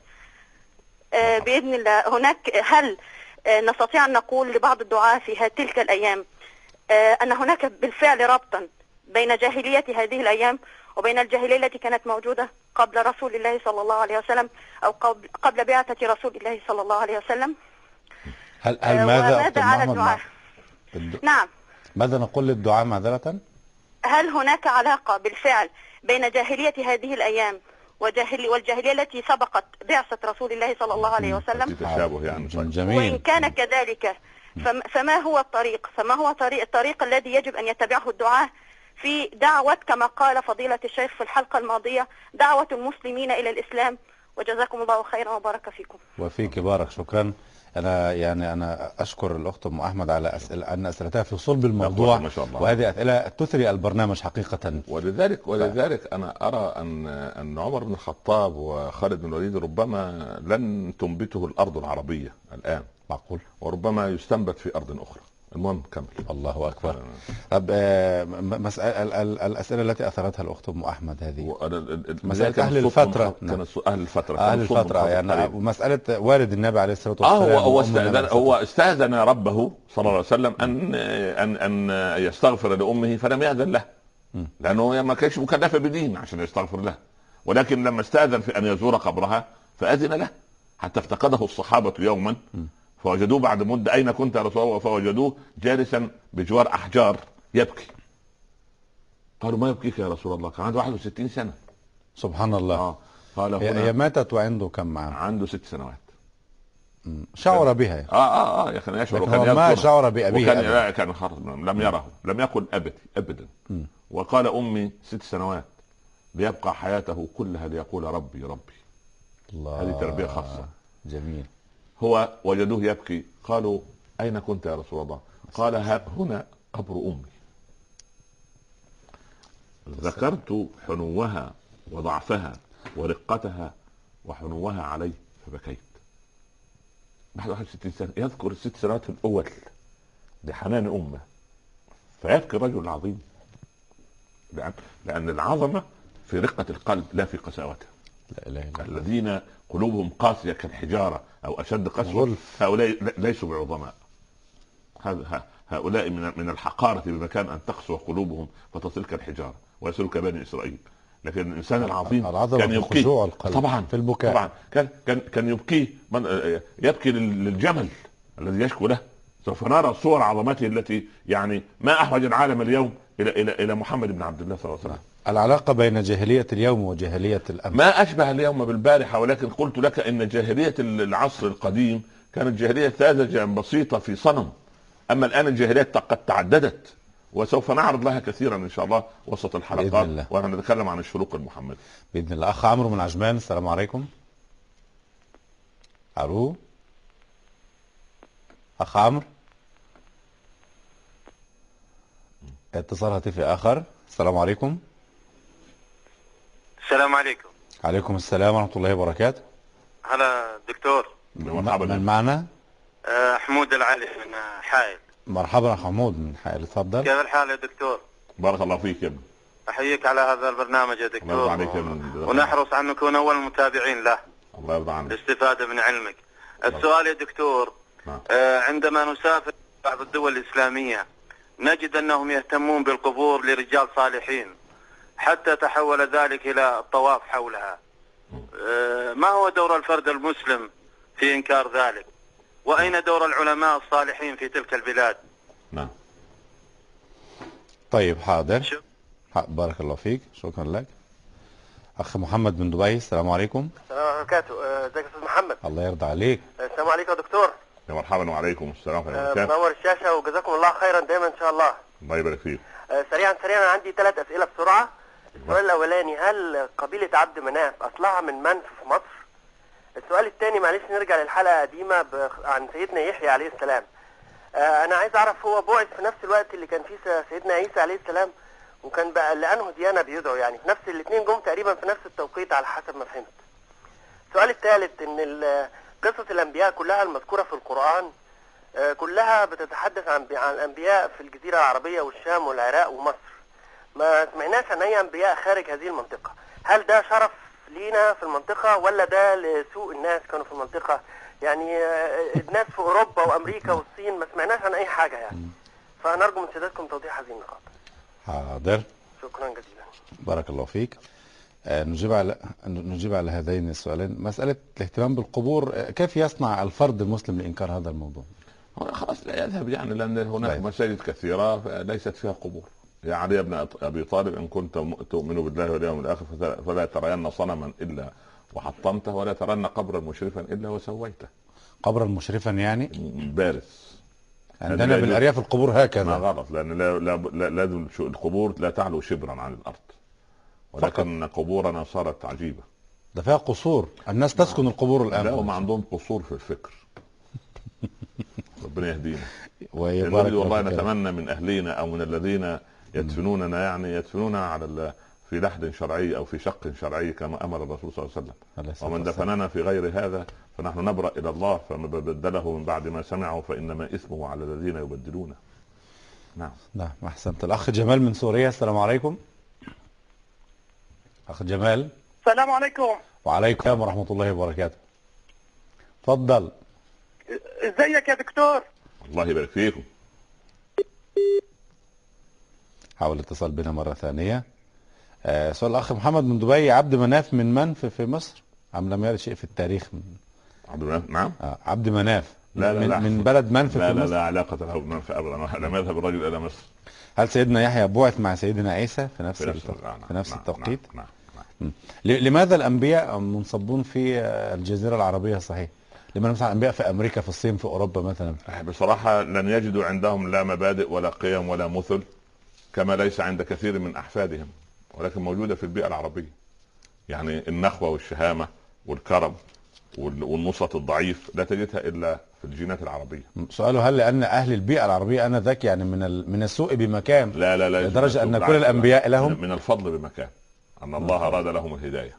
آه بإذن الله. هناك هل آه نستطيع أن نقول لبعض الدعاة في تلك الأيام آه أن هناك بالفعل ربطا بين جاهلية هذه الأيام وبين الجاهلية التي كانت موجودة قبل رسول الله صلى الله عليه وسلم أو قبل قبل بعثة رسول الله صلى الله عليه وسلم؟ هل هل ماذا وماذا على الدعاء؟ نعم. ماذا نقول للدعاء معذرة؟ هل هناك علاقة بالفعل بين جاهلية هذه الأيام وجاهلي والجاهلية التي سبقت بعثة رسول الله صلى الله عليه وسلم؟ تشابه يعني. جميل. وإن كان كذلك فما هو الطريق فما هو طريق الطريق الذي يجب أن يتبعه الدعاة في دعوة كما قال فضيلة الشيخ في الحلقة الماضية دعوة المسلمين إلى الإسلام؟ وجزاكم الله خيرا وبارك فيكم. وفيك بارك. شكرا. أنا يعني أنا أشكر الأخت أم أحمد على أسئلة أن أسئلتها في صلب الموضوع، ما شاء الله. وهذه أسئلة تثري البرنامج حقيقة. ولذلك ولذلك أنا أرى أن أن عمر بن الخطاب وخالد بن الوليد ربما لن تنبته الأرض العربية الآن، معقول، وربما يستنبت في أرض أخرى. المهم كمل. الله أكبر. طب آه مسألة الأسئلة التي أثرتها الأخت أم أحمد هذه مسألة أهل الفترة. كان أهل الفترة أهل الفترة يعني ومسألة والد النبي عليه الصلاة والسلام. آه هو استأذن هو استأذن ربه صلى الله عليه وسلم أن أن أن يستغفر لأمه فلم يأذن له، لأنه ما كانش مكلف بدين عشان يستغفر له، ولكن لما استأذن في أن يزور قبرها فأذن له، حتى افتقده الصحابة يوما فوجدوه بعد مدة: أين كنت يا رسول الله؟ فوجدوه جالسا بجوار أحجار يبكي. قالوا: ما يبكيك يا رسول الله؟ كان عنده واحد وستين سنة. سبحان الله. آه. قال: هي ماتت وعنده كم عام؟ عنده ست سنوات. شعر بها يعني. اه اه اه كان يشعر، وكان هو ما شعر بأبيه وكان أبدا. كان خرج لم يره، لم يقل ابتي ابدا. م. وقال امي ست سنوات ليبقى حياته كلها ليقول ربي ربي. الله، هذه تربيه خاصه. جميل. هو وجدوه يبكي، قالوا اين كنت يا رسول الله؟ قال هنا قبر امي، ذكرت حنوها وضعفها ورقتها وحنوها علي فبكيت. بعد واحد وستين سنة يذكر الست سنوات الأول لحنان أمه فيبكي الرجل العظيم، لأن, لأن العظمة في رقة القلب لا في قساوته. لا إله إلا الله. الذين قلوبهم قاسية كالحجارة أو أشد قسوة هؤلاء ليسوا بعظماء. هذا هؤلاء من من الحقارة بمكان أن تقسو قلوبهم فتصل كالحجارة ويصل كبني إسرائيل. لكن الانسان العظيم كان يبكي طبعا في البكاء، طبعا كان كان كان يبكي من يبكي للجمل الذي يشكو له. سوف نرى صور عظمته التي يعني ما احوج العالم اليوم الى الى الى محمد بن عبد الله صلى الله عليه وسلم. العلاقه بين جاهليه اليوم وجاهليه الامس ما اشبه اليوم بالبارحه، ولكن قلت لك ان جاهليه العصر القديم كانت جاهليه ساذجه بسيطه في صنم، اما الان الجاهليات قد تعددت، وسوف نعرض لها كثيرا ان شاء الله وسط الحلقات ونتكلم عن الشروق المحمدي باذن الله. اخ عمرو من عجمان، السلام عليكم. الو اخ عمرو، اتصال هاتفي اخر. السلام عليكم. السلام عليكم. عليكم السلام ورحمه الله وبركاته. هلا دكتور. مرحبا. من معنا؟ أه حمود العلي من حائل. مرحبا اخ حمود من حائل، اتفضل. كيف الحال يا دكتور؟ بارك الله فيك يا ابني. احييك على هذا البرنامج يا دكتور. الله عليك يا ابني. ونحرص ان نكون اول المتابعين له. الله يرضى عنك. الاستفاده من علمك. السؤال يا دكتور، آه عندما نسافر بعض الدول الاسلاميه نجد انهم يهتمون بالقبور لرجال صالحين حتى تحول ذلك الى الطواف حولها. آه ما هو دور الفرد المسلم في انكار ذلك؟ واين دور العلماء الصالحين في تلك البلاد؟ نعم. طيب حاضر. شو. بارك الله فيك، شكرا لك. اخ محمد من دبي، السلام عليكم. السلام عليكم وبركاته. ازيك يا استاذ محمد؟ الله يرضى عليك. السلام عليكم يا دكتور. يا مرحبا وعليكم السلام ورحمه الله وبركاته. منور الشاشه وجزاكم الله خيرا دايما ان شاء الله. الله يبارك فيك. سريعا سريعا عندي ثلاث اسئله بسرعه. السؤال الاولاني، هل قبيله عبد مناف اصلها من منف في مصر؟ السؤال الثاني، معلش نرجع للحلقه قديمه عن سيدنا يحيى عليه السلام. انا عايز اعرف هو بعث في نفس الوقت اللي كان فيه سيدنا عيسى عليه السلام، وكان بقى لانه ديانه بيدعو، يعني في نفس الاثنين جم تقريبا في نفس التوقيت على حسب ما فهمت. السؤال الثالث، ان قصه الانبياء كلها المذكوره في القران كلها بتتحدث عن عن الانبياء في الجزيره العربيه والشام والعراق ومصر، ما سمعناش عن اي انبياء خارج هذه المنطقه. هل ده شرف لينا في المنطقه ولا ده لسوء الناس كانوا في المنطقه؟ يعني الناس في اوروبا وامريكا والصين ما سمعناش عن اي حاجه يعني. فنرجو من سيادتكم توضيح هذه النقاط. حاضر. شكرا جزيلا. بارك الله فيك. آه نجيب على نجيب على هذين السؤالين. مساله الاهتمام بالقبور، كيف يصنع الفرد المسلم لانكار هذا الموضوع؟ خلاص لا يذهب، يعني لان هناك طيب. مساجد كثيره ليست فيها قبور. يا علي ابن ابي طالب، ان كنت تؤمن بالله واليوم الاخر فلا ترين صنما الا وحطمته ولا ترن قبرا مشرفا الا وسويته. قبرا مشرفا يعني بارز. عندنا بالارياف القبور هكذا. ما غلط، لان لا لا لازم القبور لا تعلو شبرا عن الارض، ولكن فقط. قبورنا صارت عجيبه. ده فيها قصور، الناس تسكن القبور الان. لا، وما عندهم قصور في الفكر. ربنا يهدينا. ويبارك. والله نتمنى من اهلينا او من الذين يدفنوننا يعني يدفنونا على في لحد شرعي او في شق شرعي كما امر الرسول صلى الله عليه وسلم. ومن دفننا في غير هذا فنحن نبرأ الى الله، فما بدله من بعد ما سمعوا فانما اثمه على الذين يبدلونه. نعم. نعم احسنت. الاخ جمال من سوريا، السلام عليكم. اخ جمال. السلام عليكم. وعليكم السلام ورحمه الله وبركاته. تفضل. ازيك يا دكتور؟ الله يبارك فيكم. حاول الاتصال بنا مره ثانيه. آه سؤال الاخ محمد من دبي، عبد مناف من منف في مصر ام لم يرد شيء في التاريخ؟ من عبد مناف. نعم. آه عبد مناف. لا لا من, لا. من بلد منف لا في لا مصر. لا علاقه له بمنف ابدا، لم يذهب الرجل الى مصر. هل سيدنا يحيى بعث مع سيدنا عيسى في نفس, في نفس, التوقيت. نعم. في نفس نعم. التوقيت؟ نعم. نعم. لماذا الانبياء منصبون في الجزيره العربيه صحيح؟ لما مثلا انبياء في امريكا، في الصين، في اوروبا مثلا؟ بصراحه لن يجدوا عندهم لا مبادئ ولا قيم ولا مثل، كما ليس عند كثير من احفادهم، ولكن موجوده في البيئه العربيه. يعني النخوه والشهامه والكرم والنصرة الضعيف لا تجدها الا في الجينات العربيه. سؤاله هل لان اهل البيئه العربيه انذاك يعني من من السوء بمكان؟ لا لا لا، لدرجه ان كل الانبياء لهم من الفضل بمكان، ان الله اراد لهم الهدايه.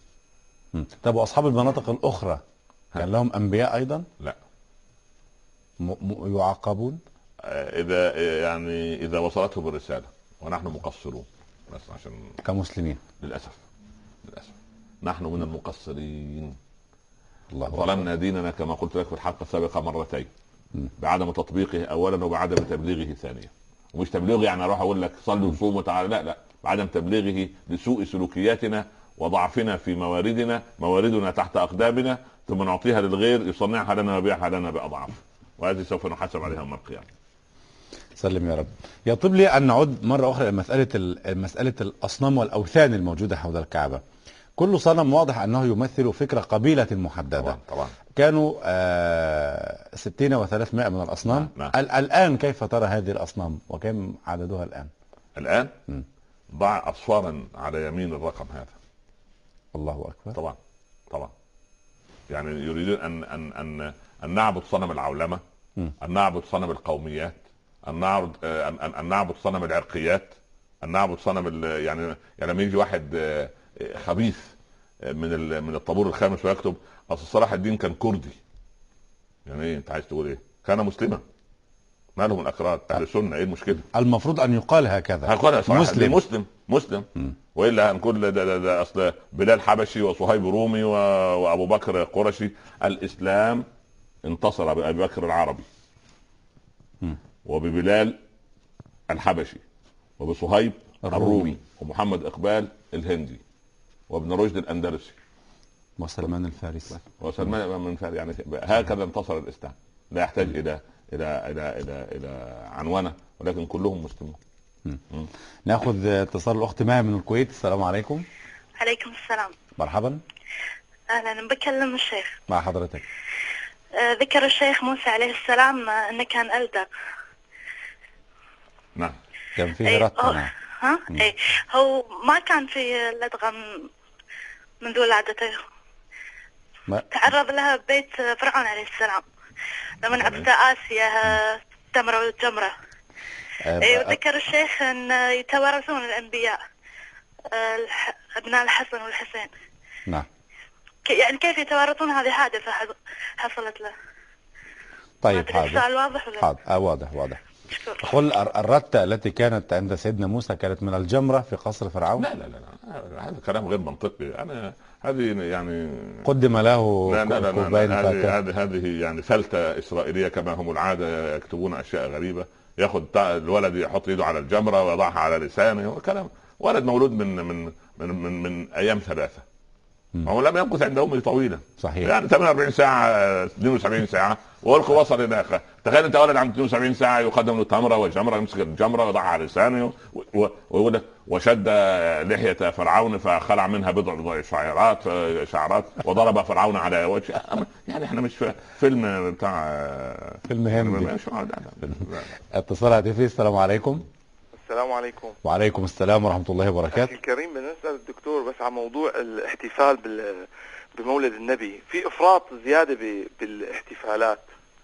طب واصحاب المناطق الاخرى كان لهم انبياء ايضا؟ لا. م... م... يعاقبون اذا يعني اذا وصلتهم الرساله، ونحن مقصرون بس عشان كمسلمين للاسف. للاسف نحن من المقصرين. الله ظلمنا ديننا كما قلت لك في الحلقه السابقه مرتين، بعدم تطبيقه اولا وبعدم تبليغه ثانيا. ومش تبليغه يعني اروح اقول لك صلي وصوم وتعالى، لا لا، بعدم تبليغه لسوء سلوكياتنا وضعفنا في مواردنا، مواردنا تحت اقدامنا، ثم نعطيها للغير يصنعها لنا ويبيعها لنا باضعاف، وهذه سوف نحاسب عليها يوم القيامه. سلم يا رب. يطيب لي ان نعود مره اخرى لمساله مساله الاصنام والاوثان الموجوده حول الكعبه. كل صنم واضح انه يمثل فكره قبيله محدده. طبعا طبعا. كانوا آه ستين وثلاثمائة من الاصنام. نعم. الان كيف ترى هذه الاصنام وكم عددها الان؟ الان م. ضع اصفارا على يمين الرقم هذا. الله اكبر. طبعا طبعا. يعني يريدون ان ان ان ان نعبد صنم العولمه، م. ان نعبد صنم القوميات، ان نعبد ان ان, أن نعبد صنم العرقيات، ان نعبد صنم يعني يعني لما يجي واحد خبيث من من الطابور الخامس ويكتب اصل صلاح الدين كان كردي، يعني ايه انت عايز تقول ايه؟ كان مسلما. ما لهم الاكراد اهل السنه، ايه المشكله؟ المفروض ان يقال هكذا. هقولها صراحه مسلم مسلم مسلم م. والا هنقول ده, ده, ده اصل بلال حبشي وصهيب رومي وابو بكر قرشي. الاسلام انتصر بابي بكر العربي م. وببلال الحبشي وبصهيب الرومي, الرومي ومحمد اقبال الهندي وابن رشد الاندلسي وسلمان الفارسي وسلمان من فارس. يعني هكذا انتصر الاسلام، لا يحتاج الى الى الى الى الى عنوانه، ولكن كلهم مسلمون. ناخذ اتصال الاخت مها من الكويت. السلام عليكم. عليكم السلام. مرحبا. اهلا، بكلم الشيخ. مع حضرتك. آه ذكر الشيخ موسى عليه السلام انه كان ألدغ. نعم. كان فيه رتة. نعم. ها؟ اي هو ما كان في لدغة منذ ولادته. ما... تعرض لها ببيت فرعون عليه السلام لما عبد آسيا التمرة والجمرة. أه اي وذكر الشيخ ان يتوارثون الانبياء الح... ابناء الحسن والحسين. نعم. ك... يعني كيف يتوارثون؟ هذه حادثة حصلت له. طيب حاضر. السؤال واضح ولا؟ حاضر. آه واضح واضح. قل الرتة التي كانت عند سيدنا موسى كانت من الجمرة في قصر فرعون؟ لا لا لا، هذا كلام غير منطقي. انا هذه يعني قدم له لا لا لا لا هذه هذه يعني فلتة إسرائيلية كما هم العادة، يكتبون أشياء غريبة. ياخذ الولد يحط يده على الجمرة ويضعها على لسانه، كلام ولد مولود من من من من, من أيام ثلاثة، هو لم يمكث عند أمه طويلا. صحيح. يعني ثمانية وأربعين ساعة اثنين وسبعين ساعة وورقه وصل إلى آخر. تخيل أنت ولد عند اثنين وسبعين ساعة يقدم له تمرة وجمرة، يمسك الجمرة ويضعها على لسانه ويقول لك وشد لحية فرعون فخلع منها بضع شعيرات شعرات وضرب فرعون على وجهه. يعني احنا مش في فيلم بتاع فيلم هندي. اتصال هاتفي. السلام عليكم. السلام عليكم. وعليكم السلام ورحمة الله وبركاته. أخي الكريم، بنسأل الدكتور بس عن موضوع الاحتفال بمولد النبي. في إفراط زيادة بالاحتفالات،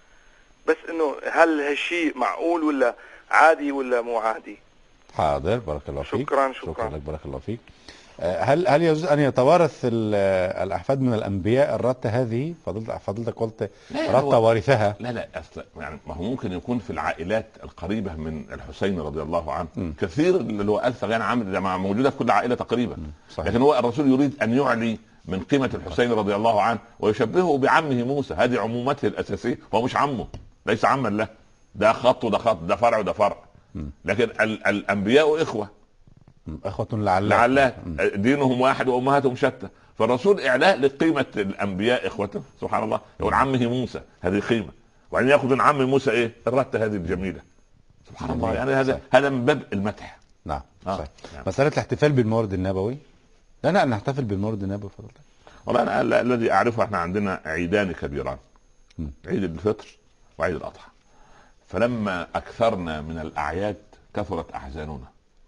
بس إنه هل هالشيء معقول ولا عادي ولا مو عادي؟ حاضر، بارك الله فيك. شكرا شكرا, شكرا لك، بارك الله فيك. هل هل يجوز ان يتوارث الاحفاد من الانبياء الرتة هذه؟ فضلت فضلتك قلت رتة وارثها. لا لا اصلا يعني ما هو ممكن يكون في العائلات القريبه من الحسين رضي الله عنه م. كثير اللي هو الف غير عامل موجوده في كل عائله تقريبا. صحيح. لكن هو الرسول يريد ان يعلي من قيمه الحسين رضي الله عنه ويشبهه بعمه موسى. هذه عمومته الاساسيه، هو مش عمه، ليس عما له، ده خط وده خط، ده فرع وده فرع. م. لكن ال الانبياء اخوه اخوة لعلات لعلات دينهم واحد وامهاتهم شتى. فالرسول اعلاء لقيمه الانبياء اخوته، سبحان الله. يقول عمه موسى، هذه قيمه، وبعدين ياخذ من عم موسى ايه؟ الرته هذه الجميله، سبحان الله. يعني هذا هذا من باب المدح. نعم. آه. صحيح. نعم. مساله الاحتفال بالمولد النبوي، لا لا نحتفل بالمولد النبوي فضلتك. والله انا الذي اعرفه احنا عندنا عيدان كبيران. عيد الفطر وعيد الأضحى. فلما أكثرنا من الأعياد كثرت أحزاننا،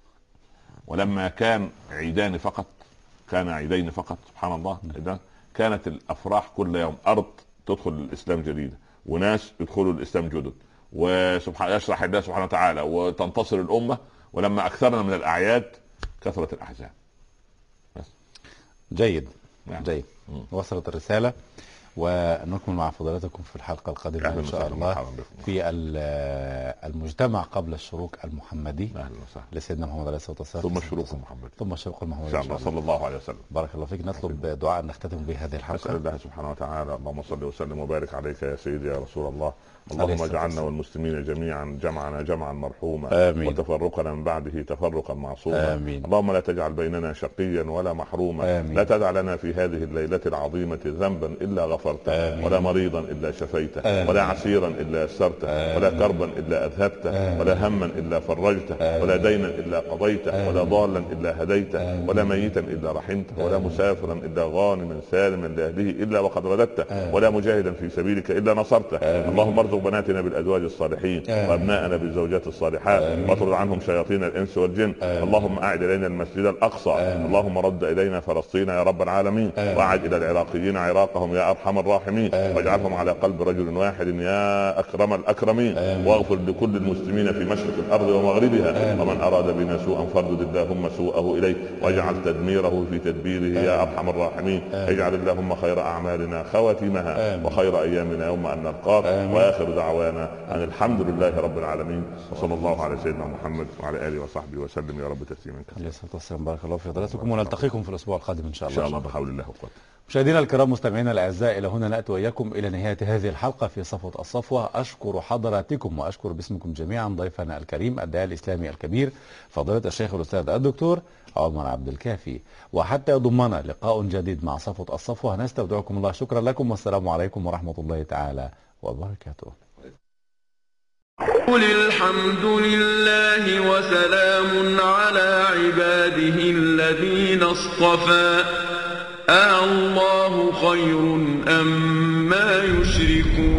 ولما كان عيدان فقط كان عيدين فقط سبحان الله إذا كانت الأفراح كل يوم. أرض تدخل الإسلام جديدة وناس يدخلوا الإسلام جدد، وسبحان يشرح الله سبحانه وتعالى وتنتصر الأمة. ولما أكثرنا من الأعياد كثرت الأحزان. بس. جيد يعني. جيد م. وصلت الرسالة، ونكمل مع فضلاتكم في الحلقة القادمة إن شاء الله في المجتمع قبل الشروق المحمدي لسيدنا محمد عليه الصلاة والسلام، ثم الشروق المحمدي ثم الشروق المحمدي إن شاء الله صلى الله عليه وسلم. بارك الله فيك. نطلب دعاء نختتم به هذه الحلقة. نسأل الله سبحانه وتعالى اللهم صل وسلم وبارك عليك يا سيدي يا رسول الله. اللهم اجعلنا والمسلمين جميعا جمعنا جمعا مرحوما، آمين. وتفرقنا من بعده تفرقا معصوما، آمين. اللهم لا تجعل بيننا شقيا ولا محروما، آمين. لا تدع لنا في هذه الليلة العظيمة ذنبا إلا غفرته، آمين. ولا مريضا إلا شفيته، آمين. ولا عسيرا إلا يسرته، آمين. ولا كربا إلا أذهبته، آمين. ولا هما إلا فرجته، آمين. ولا دينا إلا قضيته، آمين. ولا ضالا إلا هديته، آمين. ولا ميتا إلا رحمته، ولا مسافرا إلا غانما سالما لأهله إلا وقد رددته، آمين. ولا مجاهدا في سبيلك إلا نصرته، آمين. اللهم ارزق بناتنا بالأزواج الصالحين، آمين. وأبناءنا بالزوجات الصالحات، واطرد عنهم شياطين الإنس والجن، آمين. اللهم أعد إلينا المسجد الأقصى، آمين. اللهم رد إلينا فلسطين يا رب العالمين، آمين. وأعد إلى العراقيين عراقهم يا أرحم الراحمين، آمين. واجعلهم على قلب رجل واحد يا أكرم الأكرمين، آمين. واغفر لكل المسلمين في مشرق الأرض ومغربها، آمين. ومن أراد بنا سوءا فردد اللهم سوءه إليه، واجعل تدميره في تدبيره يا أرحم الراحمين، اجعل اللهم خير أعمالنا خواتمها، آمين. وخير أيامنا يوم أن نلقاك، وآخر دعوانا أن الحمد لله رب العالمين، وصلى الله على سيدنا محمد وعلى آله وصحبه وسلم يا رب تسليما كثيرا. عليه الصلاة والسلام. بارك الله في حضراتكم، ونلتقيكم في الأسبوع القادم إن شاء الله. إن شاء الله بحول الله وقوته. مشاهدينا الكرام مستمعينا الأعزاء، إلى هنا نأتي وإياكم إلى نهاية هذه الحلقة في صفوة الصفوة. أشكر حضراتكم وأشكر باسمكم جميعا ضيفنا الكريم الداعية الإسلامي الكبير فضيلة الشيخ الأستاذ الدكتور عمر عبد الكافي. وحتى يضمنا لقاء جديد مع صفوة الصفوة نستودعكم الله. شكرا لكم والسلام عليكم ورحمة الله تعالى وبركاته. قل الحمد لله وسلام على عباده الذين اصطفى، أَاللَّهُ خير أم ما يشركون.